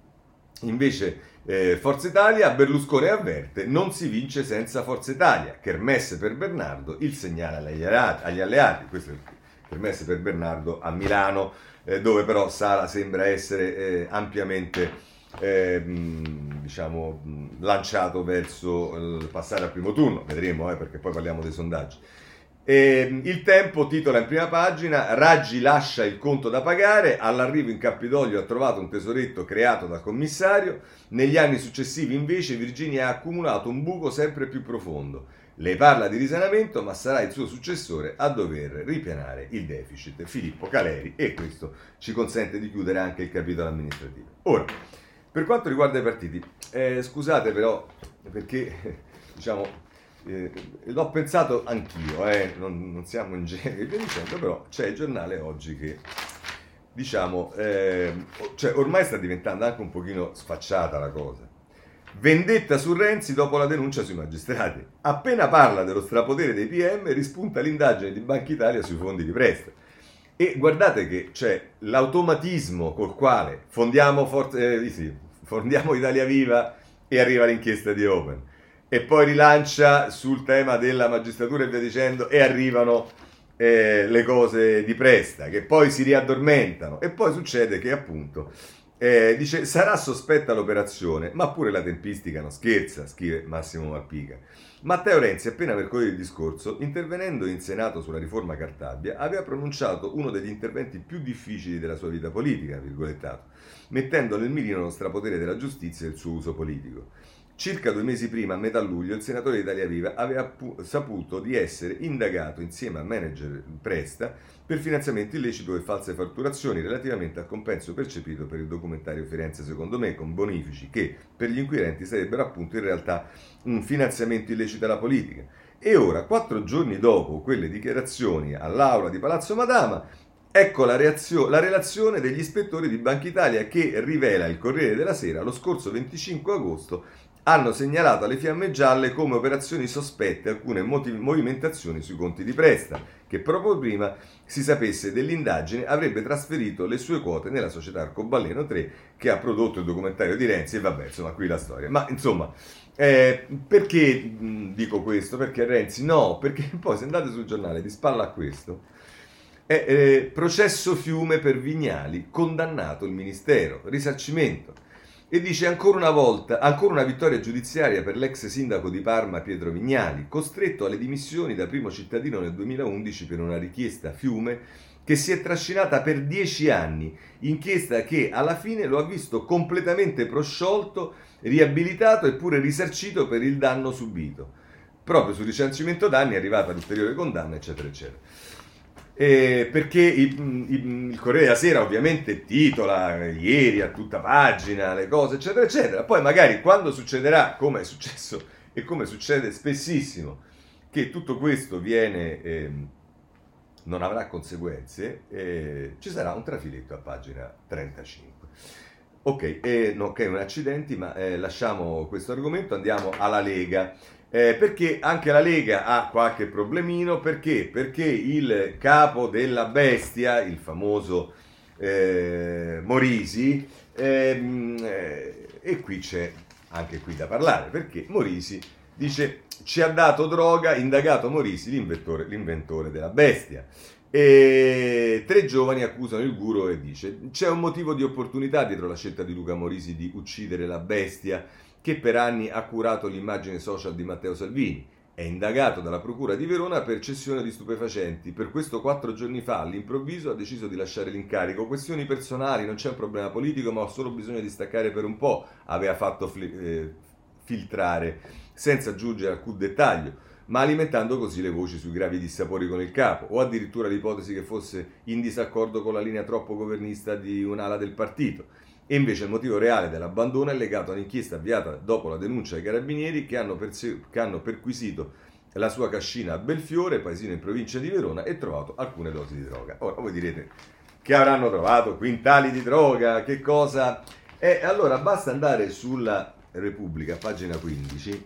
invece, eh, Forza Italia, Berlusconi avverte: non si vince senza Forza Italia. Kermesse per Bernardo, il segnale agli alleati. Agli alleati. Questo è il Kermesse per Bernardo a Milano, eh, dove però Sala sembra essere eh, ampiamente Eh, mh, diciamo mh, lanciato verso il passare al primo turno. Vedremo, eh, perché poi parliamo dei sondaggi. E, il Tempo titola in prima pagina: Raggi lascia il conto da pagare, all'arrivo in Campidoglio ha trovato un tesoretto creato dal commissario, negli anni successivi invece Virginia ha accumulato un buco sempre più profondo. Lei parla di risanamento, ma sarà il suo successore a dover ripianare il deficit, Filippo Caleri, e questo ci consente di chiudere anche il capitolo amministrativo. Ora, per quanto riguarda i partiti, eh, scusate però, perché diciamo, eh, l'ho pensato anch'io, eh, non, non siamo ingenui e via dicendo, però c'è il giornale oggi che, diciamo, eh, cioè ormai sta diventando anche un pochino sfacciata la cosa. Vendetta su Renzi dopo la denuncia sui magistrati. Appena parla dello strapotere dei P M, rispunta l'indagine di Banca Italia sui fondi di prestito. E guardate che c'è l'automatismo col quale fondiamo, Forza, eh, sì, fondiamo Italia Viva e arriva l'inchiesta di Open. e poi rilancia sul tema della magistratura e via dicendo, e arrivano eh, le cose di Presta, che poi si riaddormentano, e poi succede che appunto eh, dice sarà sospetta l'operazione, ma pure la tempistica non scherza, scrive Massimo Malpica. Matteo Renzi, appena mercoledì il discorso, intervenendo in Senato sulla riforma Cartabia, aveva pronunciato uno degli interventi più difficili della sua vita politica, virgolettato, mettendo nel mirino lo strapotere della giustizia e il suo uso politico. Circa due mesi prima, a metà luglio, il senatore di Italia Viva aveva pu- saputo di essere indagato insieme al manager Presta per finanziamento illecito e false fatturazioni relativamente al compenso percepito per il documentario Firenze secondo me, con bonifici che per gli inquirenti sarebbero appunto in realtà un finanziamento illecito alla politica. E ora, quattro giorni dopo quelle dichiarazioni all'aula di Palazzo Madama, ecco la, reazio- la relazione degli ispettori di Banca Italia che rivela il Corriere della Sera lo scorso venticinque agosto hanno segnalato alle Fiamme Gialle come operazioni sospette alcune motiv- movimentazioni sui conti di Presta, che proprio prima si sapesse dell'indagine avrebbe trasferito le sue quote nella società Arcobaleno tre che ha prodotto il documentario di Renzi, e vabbè, insomma, qui la storia. Ma insomma, eh, perché mh, dico questo? Perché Renzi no, perché poi se andate sul giornale di spalla a questo, è eh, processo Fiume per Vignali, condannato il ministero, risarcimento. E dice ancora una volta, ancora una vittoria giudiziaria per l'ex sindaco di Parma Pietro Vignali, costretto alle dimissioni da primo cittadino nel duemilaundici per una richiesta Fiume che si è trascinata per dieci anni, inchiesta che alla fine lo ha visto completamente prosciolto, riabilitato e pure risarcito per il danno subito. Proprio sul risarcimento danni è arrivata l'ulteriore condanna, eccetera, eccetera. Eh, perché il, il, il Corriere della Sera ovviamente titola ieri a tutta pagina le cose eccetera eccetera, poi magari quando succederà, come è successo e come succede spessissimo, che tutto questo viene eh, non avrà conseguenze, eh, ci sarà un trafiletto a pagina trentacinque. Ok, eh, no, ok, non accidenti, ma eh, lasciamo questo argomento, andiamo alla Lega. Eh, perché anche la Lega ha qualche problemino, perché? Perché il capo della bestia, il famoso eh, Morisi, ehm, eh, e qui c'è anche qui da parlare, perché Morisi dice ci ha dato droga, indagato Morisi, l'inventore, l'inventore della bestia. E tre giovani accusano il guru e dice c'è un motivo di opportunità dietro la scelta di Luca Morisi di uccidere la bestia che per anni ha curato l'immagine social di Matteo Salvini. È indagato dalla Procura di Verona per cessione di stupefacenti. Per questo quattro giorni fa, all'improvviso, ha deciso di lasciare l'incarico. Questioni personali, non c'è un problema politico, ma ho solo bisogno di staccare per un po', aveva fatto fli- eh, filtrare, senza giungere alcun dettaglio, ma alimentando così le voci sui gravi dissapori con il capo, o addirittura l'ipotesi che fosse in disaccordo con la linea troppo governista di un'ala del partito. E invece il motivo reale dell'abbandono è legato a un'inchiesta avviata dopo la denuncia ai carabinieri che hanno, perse- che hanno perquisito la sua cascina a Belfiore, paesino in provincia di Verona, e trovato alcune dosi di droga. Ora voi direte, che avranno trovato? Quintali di droga? Che cosa? E allora basta andare sulla Repubblica, pagina quindici,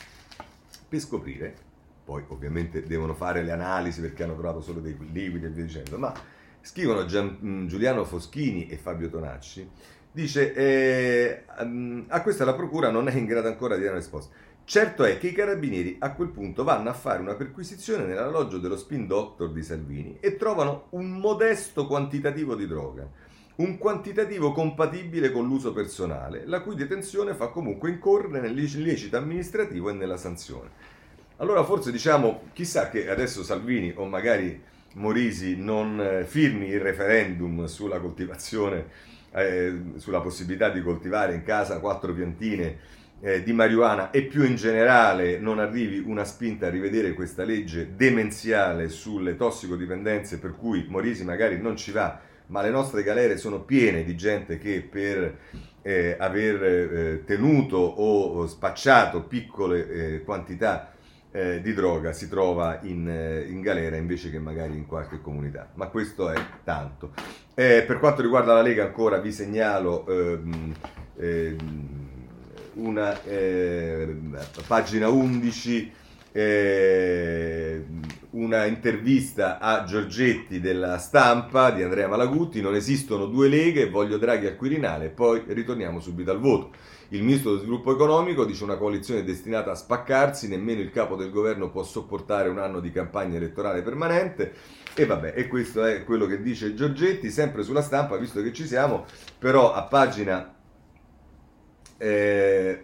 per scoprire, poi ovviamente devono fare le analisi perché hanno trovato solo dei liquidi e via dicendo, ma scrivono Gian, Giuliano Foschini e Fabio Tonacci, dice eh, a questa la procura non è in grado ancora di dare una risposta. Certo è che i carabinieri a quel punto vanno a fare una perquisizione nell'alloggio dello spin doctor di Salvini e trovano un modesto quantitativo di droga, un quantitativo compatibile con l'uso personale, la cui detenzione fa comunque incorrere nell'illecito amministrativo e nella sanzione. Allora forse diciamo, chissà che adesso Salvini o magari Morisi non firmi il referendum sulla coltivazione, eh, sulla possibilità di coltivare in casa quattro piantine eh, di marijuana, e più in generale non arrivi una spinta a rivedere questa legge demenziale sulle tossicodipendenze, per cui Morisi magari non ci va, ma le nostre galere sono piene di gente che per eh, aver eh, tenuto o spacciato piccole eh, quantità Eh, di droga si trova in, eh, in galera invece che magari in qualche comunità, ma questo è tanto. Eh, per quanto riguarda la Lega ancora vi segnalo ehm, ehm, una eh, pagina undici, eh, una intervista a Giorgetti della Stampa di Andrea Malagutti, non esistono due Leghe, voglio Draghi al Quirinale, poi ritorniamo subito al voto. Il ministro dello sviluppo economico dice una coalizione destinata a spaccarsi, nemmeno il capo del governo può sopportare un anno di campagna elettorale permanente. E vabbè, e questo è quello che dice Giorgetti, sempre sulla Stampa, visto che ci siamo, però a pagina eh,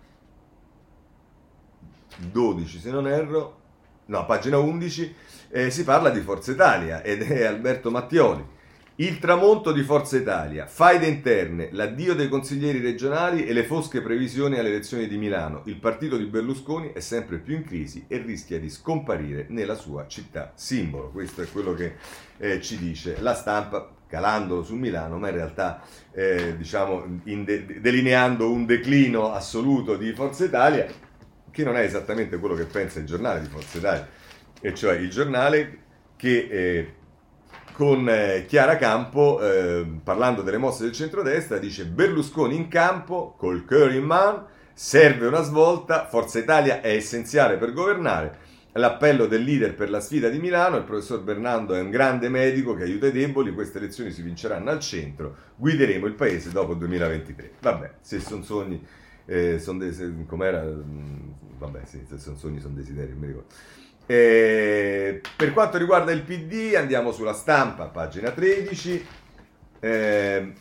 dodici, se non erro, no, pagina undici, eh, si parla di Forza Italia ed è Alberto Mattioli. Il tramonto di Forza Italia, faide interne, l'addio dei consiglieri regionali e le fosche previsioni alle elezioni di Milano. Il partito di Berlusconi è sempre più in crisi e rischia di scomparire nella sua città simbolo. Questo è quello che eh, ci dice la Stampa, calandolo su Milano, ma in realtà eh, diciamo in de- delineando un declino assoluto di Forza Italia, che non è esattamente quello che pensa il giornale di Forza Italia, e cioè il giornale che eh, con eh, Chiara Campo, eh, parlando delle mosse del centrodestra, dice Berlusconi in campo, col cœur in man, serve una svolta, Forza Italia è essenziale per governare, l'appello del leader per la sfida di Milano, il professor Bernardo è un grande medico che aiuta i deboli, queste elezioni si vinceranno al centro, guideremo il paese dopo il duemilaventitré. Vabbè, se sono sogni, eh, son de- se, com'era, vabbè sì, se sono sogni sono desideri, mi ricordo. Eh, per quanto riguarda il P D andiamo sulla Stampa, pagina tredici, eh,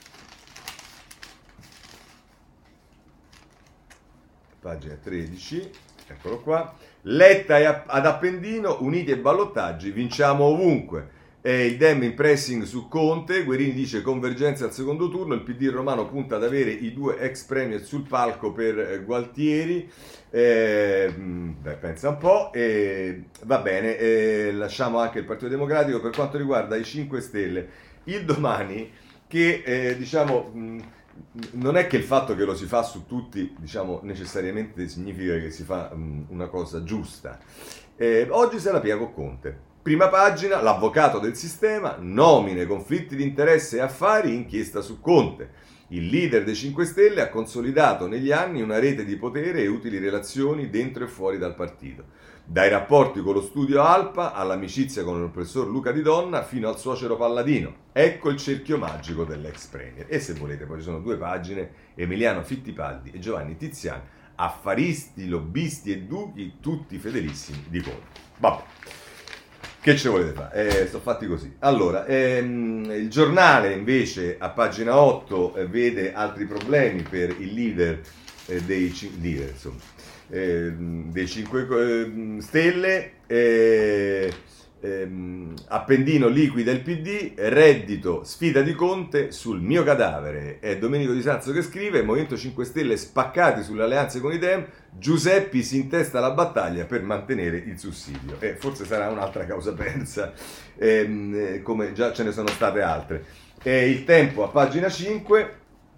pagina tredici, eccolo qua, Letta è ad Appendino, uniti ai ballottaggi, vinciamo ovunque. Eh, il Dem in pressing su Conte, Guerini dice convergenza al secondo turno, il P D romano punta ad avere i due ex premier sul palco per eh, Gualtieri, eh, beh, pensa un po', eh, va bene, eh, lasciamo anche il Partito Democratico. Per quanto riguarda i cinque Stelle, il Domani, che eh, diciamo mh, non è che il fatto che lo si fa su tutti, diciamo, necessariamente significa che si fa mh, una cosa giusta. Eh, oggi se la pia con Conte. Prima pagina, l'avvocato del sistema, nomine, conflitti di interesse e affari, inchiesta su Conte. Il leader dei cinque Stelle ha consolidato negli anni una rete di potere e utili relazioni dentro e fuori dal partito. Dai rapporti con lo studio Alpa all'amicizia con il professor Luca Di Donna fino al suocero Palladino. Ecco il cerchio magico dell'ex premier. E se volete, poi ci sono due pagine, Emiliano Fittipaldi e Giovanni Tiziani, affaristi, lobbisti e duchi, tutti fedelissimi di Conte. Vabbè. Che ci volete fare? Eh, sono fatti così. Allora, ehm, il giornale invece a pagina otto eh, vede altri problemi per il leader eh, dei, leader, insomma, eh, dei cinque eh, Stelle. Eh, ehm, Appendino liquida il P D, reddito sfida di Conte sul mio cadavere. È Domenico Di Sanzo che scrive, Movimento cinque Stelle spaccati sulle alleanze con i Dem, Giuseppi si intesta la battaglia per mantenere il sussidio. E forse sarà un'altra causa persa, ehm, come già ce ne sono state altre. E il Tempo a pagina cinque,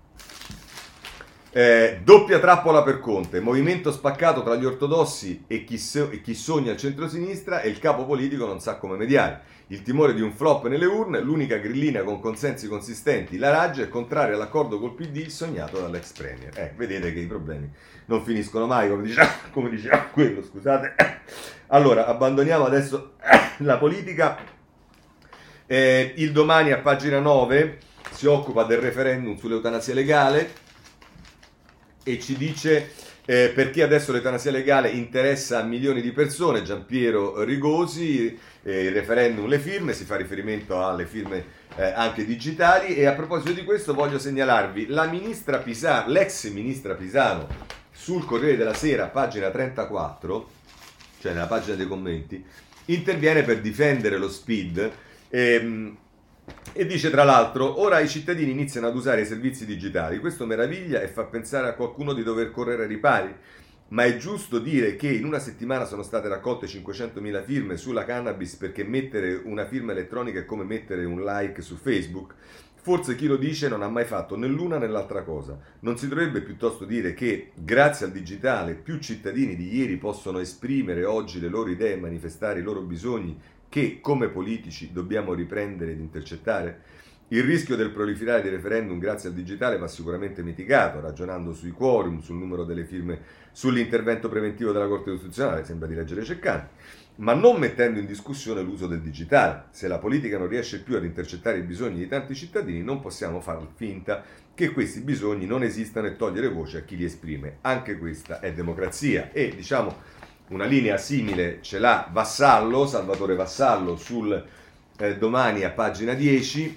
eh, doppia trappola per Conte, movimento spaccato tra gli ortodossi e chi, so- e chi sogna il centrosinistra, e il capo politico non sa come mediare. Il timore di un flop nelle urne, l'unica grillina con consensi consistenti, la Raggi, è contraria all'accordo col P D sognato dall'ex premier. Eh, vedete che i problemi non finiscono mai, come diceva, come diceva quello, scusate. Allora, abbandoniamo adesso la politica. Eh, il Domani a pagina nove si occupa del referendum sull'eutanasia legale e ci dice eh, perché adesso l'eutanasia legale interessa a milioni di persone. Giampiero Rigosi, eh, il referendum, le firme, si fa riferimento alle firme eh, anche digitali. E a proposito di questo voglio segnalarvi la ministra Pisano, l'ex ministra Pisano, sul Corriere della Sera, pagina trentaquattro, cioè nella pagina dei commenti, interviene per difendere lo SPID ehm, e dice tra l'altro: ora i cittadini iniziano ad usare i servizi digitali, questo meraviglia e fa pensare a qualcuno di dover correre ai ripari, ma è giusto dire che in una settimana sono state raccolte cinquecentomila firme sulla cannabis, perché mettere una firma elettronica è come mettere un like su Facebook? Forse chi lo dice non ha mai fatto né l'una né l'altra cosa. Non si dovrebbe piuttosto dire che, grazie al digitale, più cittadini di ieri possono esprimere oggi le loro idee e manifestare i loro bisogni, che, come politici, dobbiamo riprendere ed intercettare? Il rischio del proliferare di referendum grazie al digitale va sicuramente mitigato, ragionando sui quorum, sul numero delle firme, sull'intervento preventivo della Corte Costituzionale, sembra di leggere Ceccanti. ma non mettendo in discussione l'uso del digitale. Se la politica non riesce più ad intercettare i bisogni di tanti cittadini, non possiamo far finta che questi bisogni non esistano e togliere voce a chi li esprime. Anche questa è democrazia. E diciamo una linea simile ce l'ha Vassallo, Salvatore Vassallo, sul eh, Domani a pagina dieci,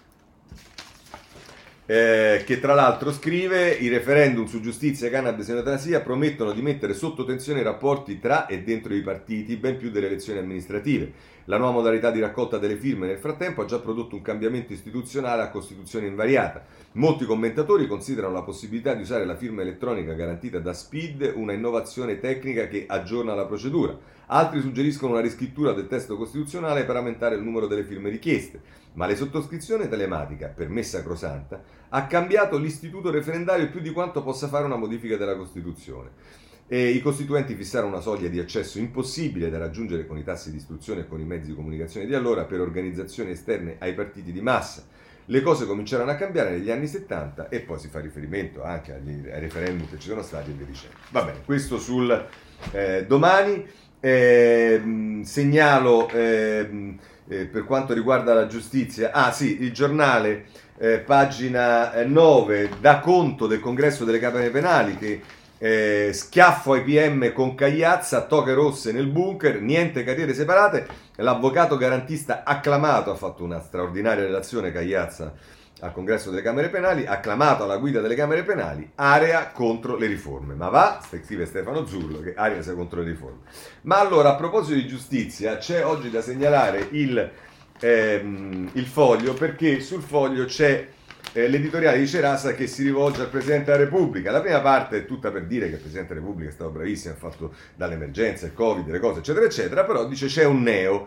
Eh, che tra l'altro scrive: i referendum su giustizia, cannabis e eutanasia promettono di mettere sotto tensione i rapporti tra e dentro i partiti, ben più delle elezioni amministrative. La nuova modalità di raccolta delle firme nel frattempo ha già prodotto un cambiamento istituzionale a Costituzione invariata. Molti commentatori considerano la possibilità di usare la firma elettronica garantita da S P I D una innovazione tecnica che aggiorna la procedura. Altri suggeriscono una riscrittura del testo costituzionale per aumentare il numero delle firme richieste. Ma la sottoscrizione telematica, per me sacrosanta, ha cambiato l'istituto referendario più di quanto possa fare una modifica della Costituzione. E i costituenti fissarono una soglia di accesso impossibile da raggiungere con i tassi di istruzione e con i mezzi di comunicazione di allora per organizzazioni esterne ai partiti di massa. Le cose cominciarono a cambiare negli anni settanta e poi si fa riferimento anche agli, ai referendum che ci sono stati e via dicendo. Va bene, questo sul eh, Domani. Eh, segnalo eh, eh, per quanto riguarda la giustizia, ah sì, il giornale, eh, pagina nove, dà conto del congresso delle Camere Penali che eh, schiaffo ai P M con Cagliazza, toghe rosse nel bunker, niente carriere separate. L'avvocato garantista acclamato, ha fatto una straordinaria relazione Cagliazza al congresso delle Camere Penali, acclamato alla guida delle Camere Penali, area contro le riforme. Ma va, scrive Stefano Zurlo, che area sia contro le riforme. Ma allora, a proposito di giustizia, c'è oggi da segnalare il, ehm, il Foglio, perché sul Foglio c'è eh, l'editoriale di Cerasa che si rivolge al Presidente della Repubblica. La prima parte è tutta per dire che il Presidente della Repubblica è stato bravissimo, ha fatto dall'emergenza, il Covid, le cose, eccetera, eccetera, però dice c'è un neo.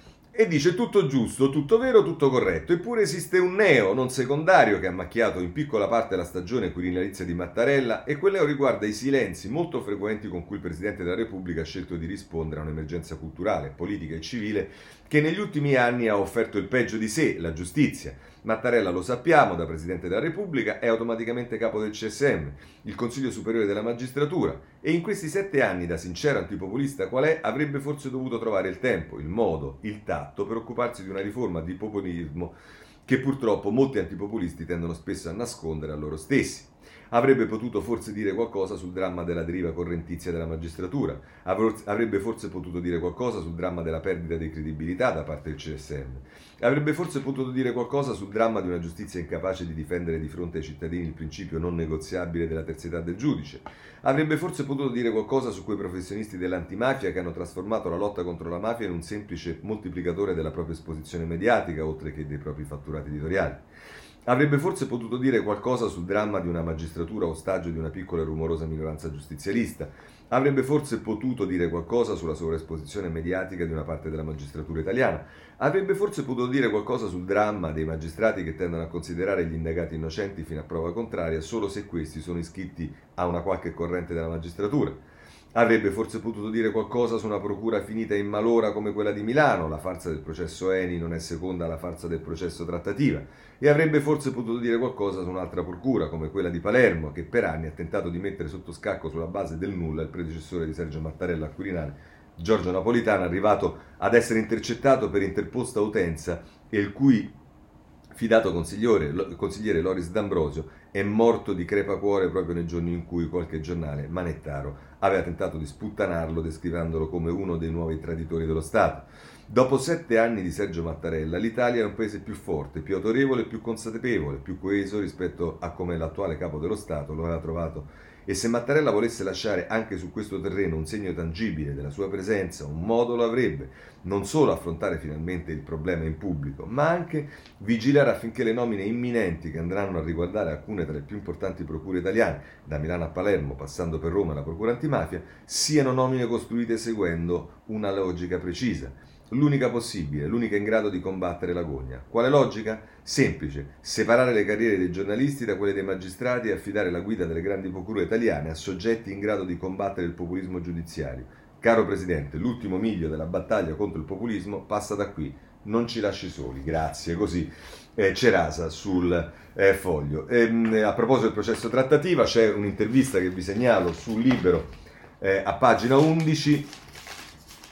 E dice tutto giusto, tutto vero, tutto corretto. Eppure esiste un neo, non secondario, che ha macchiato in piccola parte la stagione quirinalizia di Mattarella, e quel neo riguarda i silenzi molto frequenti con cui il Presidente della Repubblica ha scelto di rispondere a un'emergenza culturale, politica e civile che negli ultimi anni ha offerto il peggio di sé, la giustizia. Mattarella, lo sappiamo, da Presidente della Repubblica è automaticamente capo del C S M, il Consiglio Superiore della Magistratura, e in questi sette anni da sincero antipopulista qual è, avrebbe forse dovuto trovare il tempo, il modo, il tatto per occuparsi di una riforma di populismo che purtroppo molti antipopulisti tendono spesso a nascondere a loro stessi. Avrebbe potuto forse dire qualcosa sul dramma della deriva correntizia della magistratura, avrebbe forse potuto dire qualcosa sul dramma della perdita di credibilità da parte del C S M, avrebbe forse potuto dire qualcosa sul dramma di una giustizia incapace di difendere di fronte ai cittadini il principio non negoziabile della terzietà del giudice, avrebbe forse potuto dire qualcosa su quei professionisti dell'antimafia che hanno trasformato la lotta contro la mafia in un semplice moltiplicatore della propria esposizione mediatica, oltre che dei propri fatturati editoriali. Avrebbe forse potuto dire qualcosa sul dramma di una magistratura ostaggio di una piccola e rumorosa minoranza giustizialista. Avrebbe forse potuto dire qualcosa sulla sovraesposizione mediatica di una parte della magistratura italiana. Avrebbe forse potuto dire qualcosa sul dramma dei magistrati che tendono a considerare gli indagati innocenti fino a prova contraria solo se questi sono iscritti a una qualche corrente della magistratura. Avrebbe forse potuto dire qualcosa su una procura finita in malora come quella di Milano, la farsa del processo Eni non è seconda alla farsa del processo trattativa, e avrebbe forse potuto dire qualcosa su un'altra procura come quella di Palermo, che per anni ha tentato di mettere sotto scacco sulla base del nulla il predecessore di Sergio Mattarella al Quirinale, Giorgio Napolitano, arrivato ad essere intercettato per interposta utenza e il cui fidato consigliere, consigliere Loris D'Ambrosio è morto di crepacuore proprio nei giorni in cui qualche giornale manettaro aveva tentato di sputtanarlo descrivendolo come uno dei nuovi traditori dello Stato. Dopo sette anni di Sergio Mattarella, l'Italia è un paese più forte, più autorevole, più consapevole, più coeso rispetto a come l'attuale capo dello Stato lo aveva trovato. E se Mattarella volesse lasciare anche su questo terreno un segno tangibile della sua presenza, un modo lo avrebbe, non solo affrontare finalmente il problema in pubblico, ma anche vigilare affinché le nomine imminenti che andranno a riguardare alcune tra le più importanti procure italiane, da Milano a Palermo, passando per Roma la procura antimafia, siano nomine costruite seguendo una logica precisa. L'unica possibile, l'unica in grado di combattere l'agonia. Quale logica? Semplice: separare le carriere dei giornalisti da quelle dei magistrati e affidare la guida delle grandi procure italiane a soggetti in grado di combattere il populismo giudiziario. Caro Presidente, l'ultimo miglio della battaglia contro il populismo passa da qui. Non ci lasci soli. Grazie. Così eh, Cerasa sul eh, Foglio. E, a proposito del processo trattativa, c'è un'intervista che vi segnalo sul Libero eh, a pagina undici,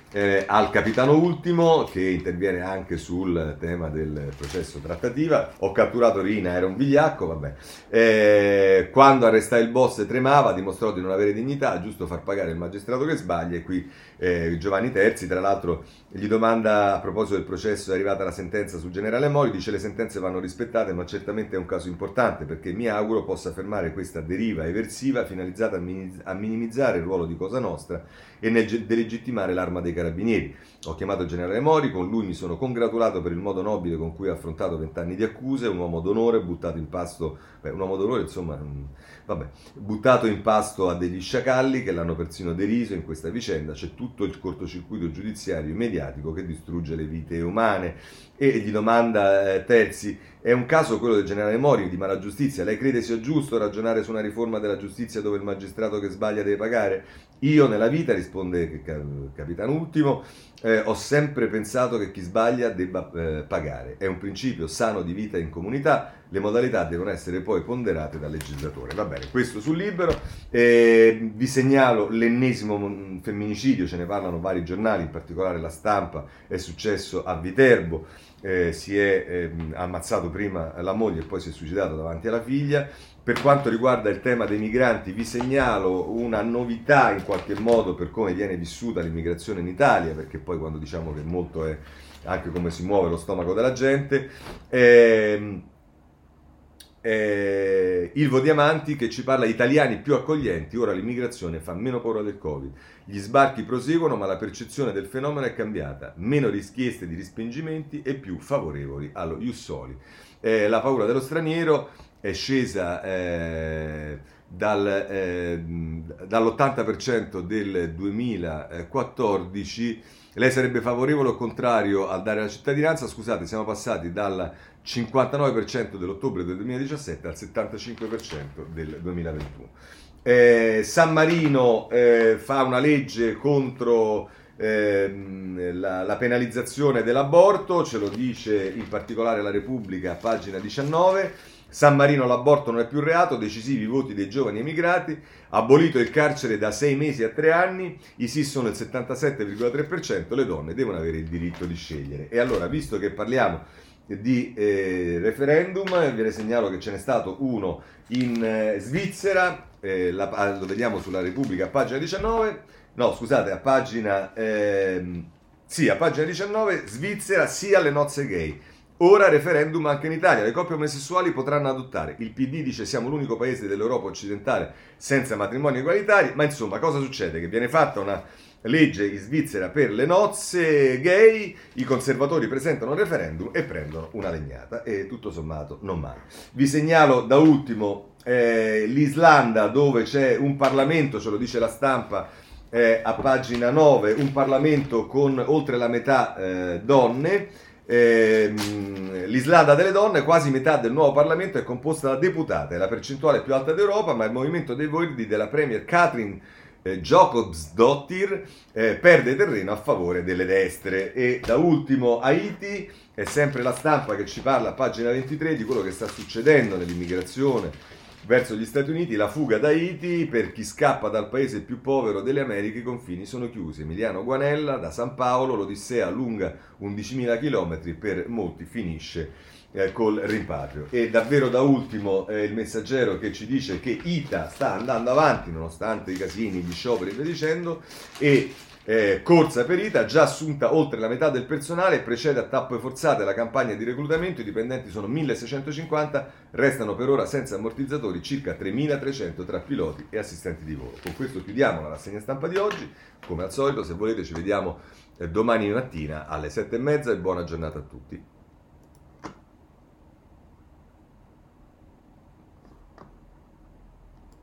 eh, al capitano Ultimo, che interviene anche sul tema del processo trattativa. Ho catturato Rina, era un vigliacco, vabbè. Eh, quando arrestai il boss tremava, dimostrò di non avere dignità, giusto far pagare il magistrato che sbaglia. E qui eh, Giovanni Terzi, tra l'altro, gli domanda a proposito del processo: è arrivata la sentenza sul generale Mori, dice: le sentenze vanno rispettate, ma certamente è un caso importante, perché mi auguro possa fermare questa deriva eversiva finalizzata a, minimiz- a minimizzare il ruolo di Cosa Nostra e nel ge- delegittimare l'arma dei carabinieri. Ho chiamato il generale Mori, con lui mi sono congratulato per il modo nobile con cui ha affrontato vent'anni di accuse, un uomo d'onore buttato in pasto, beh, un uomo d'onore insomma, mh, vabbè, buttato in pasto a degli sciacalli che l'hanno persino deriso in questa vicenda. C'è tutto il cortocircuito giudiziario e mediatico che distrugge le vite umane. E gli domanda eh, Terzi: è un caso quello del generale Mori di mala giustizia? Lei crede sia giusto ragionare su una riforma della giustizia dove il magistrato che sbaglia deve pagare? Io nella vita, risponde capitano Ultimo, eh, ho sempre pensato che chi sbaglia debba eh, pagare. È un principio sano di vita in comunità, le modalità devono essere poi ponderate dal legislatore. Va bene, questo sul Libero. Eh, vi segnalo l'ennesimo femminicidio, ce ne parlano vari giornali, in particolare La Stampa, è successo a Viterbo. Eh, si è eh, ammazzato prima la moglie e poi si è suicidato davanti alla figlia. Per quanto riguarda il tema dei migranti, vi segnalo una novità in qualche modo per come viene vissuta l'immigrazione in Italia, perché poi quando diciamo che molto è anche come si muove lo stomaco della gente. Eh, eh, Ilvo Diamanti che ci parla: italiani più accoglienti, ora l'immigrazione fa meno paura del Covid, gli sbarchi proseguono ma la percezione del fenomeno è cambiata, meno richieste di respingimenti e più favorevoli allo ius soli. Eh, la paura dello straniero è scesa eh, dal, eh, dall'ottanta per cento del duemilaquattordici. Lei sarebbe favorevole o contrario a dare la cittadinanza? Scusate, siamo passati dal cinquantanove per cento dell'ottobre del duemiladiciassette al settantacinque per cento del duemilaventuno. Eh, San Marino eh, fa una legge contro eh, la, la penalizzazione dell'aborto, ce lo dice in particolare la Repubblica, pagina diciannove. San Marino, l'aborto non è più reato, decisivi i voti dei giovani emigrati, abolito il carcere da sei mesi a tre anni, i sì sono il settantasette virgola tre per cento, le donne devono avere il diritto di scegliere. E allora, visto che parliamo di eh, referendum, vi segnalo che ce n'è stato uno in eh, Svizzera, eh, la, lo vediamo sulla Repubblica a pagina diciannove, no scusate, a pagina, eh, sì, a pagina diciannove, Svizzera sì alle nozze gay. Ora referendum anche in Italia, le coppie omosessuali potranno adottare. Il P D dice siamo l'unico paese dell'Europa occidentale senza matrimoni egualitari, ma insomma cosa succede? Che viene fatta una legge in Svizzera per le nozze gay, i conservatori presentano un referendum e prendono una legnata, e tutto sommato non male. Vi segnalo da ultimo eh, l'Islanda, dove c'è un Parlamento, ce lo dice La Stampa, eh, a pagina nove, un Parlamento con oltre la metà eh, donne. Eh, L'Islanda delle donne, quasi metà del nuovo Parlamento è composta da deputate, è la percentuale più alta d'Europa, ma il movimento dei Verdi della premier Katrin eh, Jakobsdottir eh, perde terreno a favore delle destre. E da ultimo Haiti, è sempre La Stampa che ci parla a pagina ventitré di quello che sta succedendo nell'immigrazione verso gli Stati Uniti, la fuga da Haiti, per chi scappa dal paese più povero delle Americhe, i confini sono chiusi. Emiliano Guanella da San Paolo, l'Odissea lunga undicimila chilometri, per molti finisce eh, col rimpatrio. E davvero da ultimo eh, il Messaggero che ci dice che I T A sta andando avanti nonostante i casini, gli scioperi e via dicendo, e Eh, corsa per I T A, già assunta oltre la metà del personale, precede a tappe forzate la campagna di reclutamento, i dipendenti sono milleseicentocinquanta, restano per ora senza ammortizzatori circa tremilatrecento tra piloti e assistenti di volo. Con questo chiudiamo la rassegna stampa di oggi, come al solito se volete ci vediamo eh, domani mattina alle sette e mezza e buona giornata a tutti.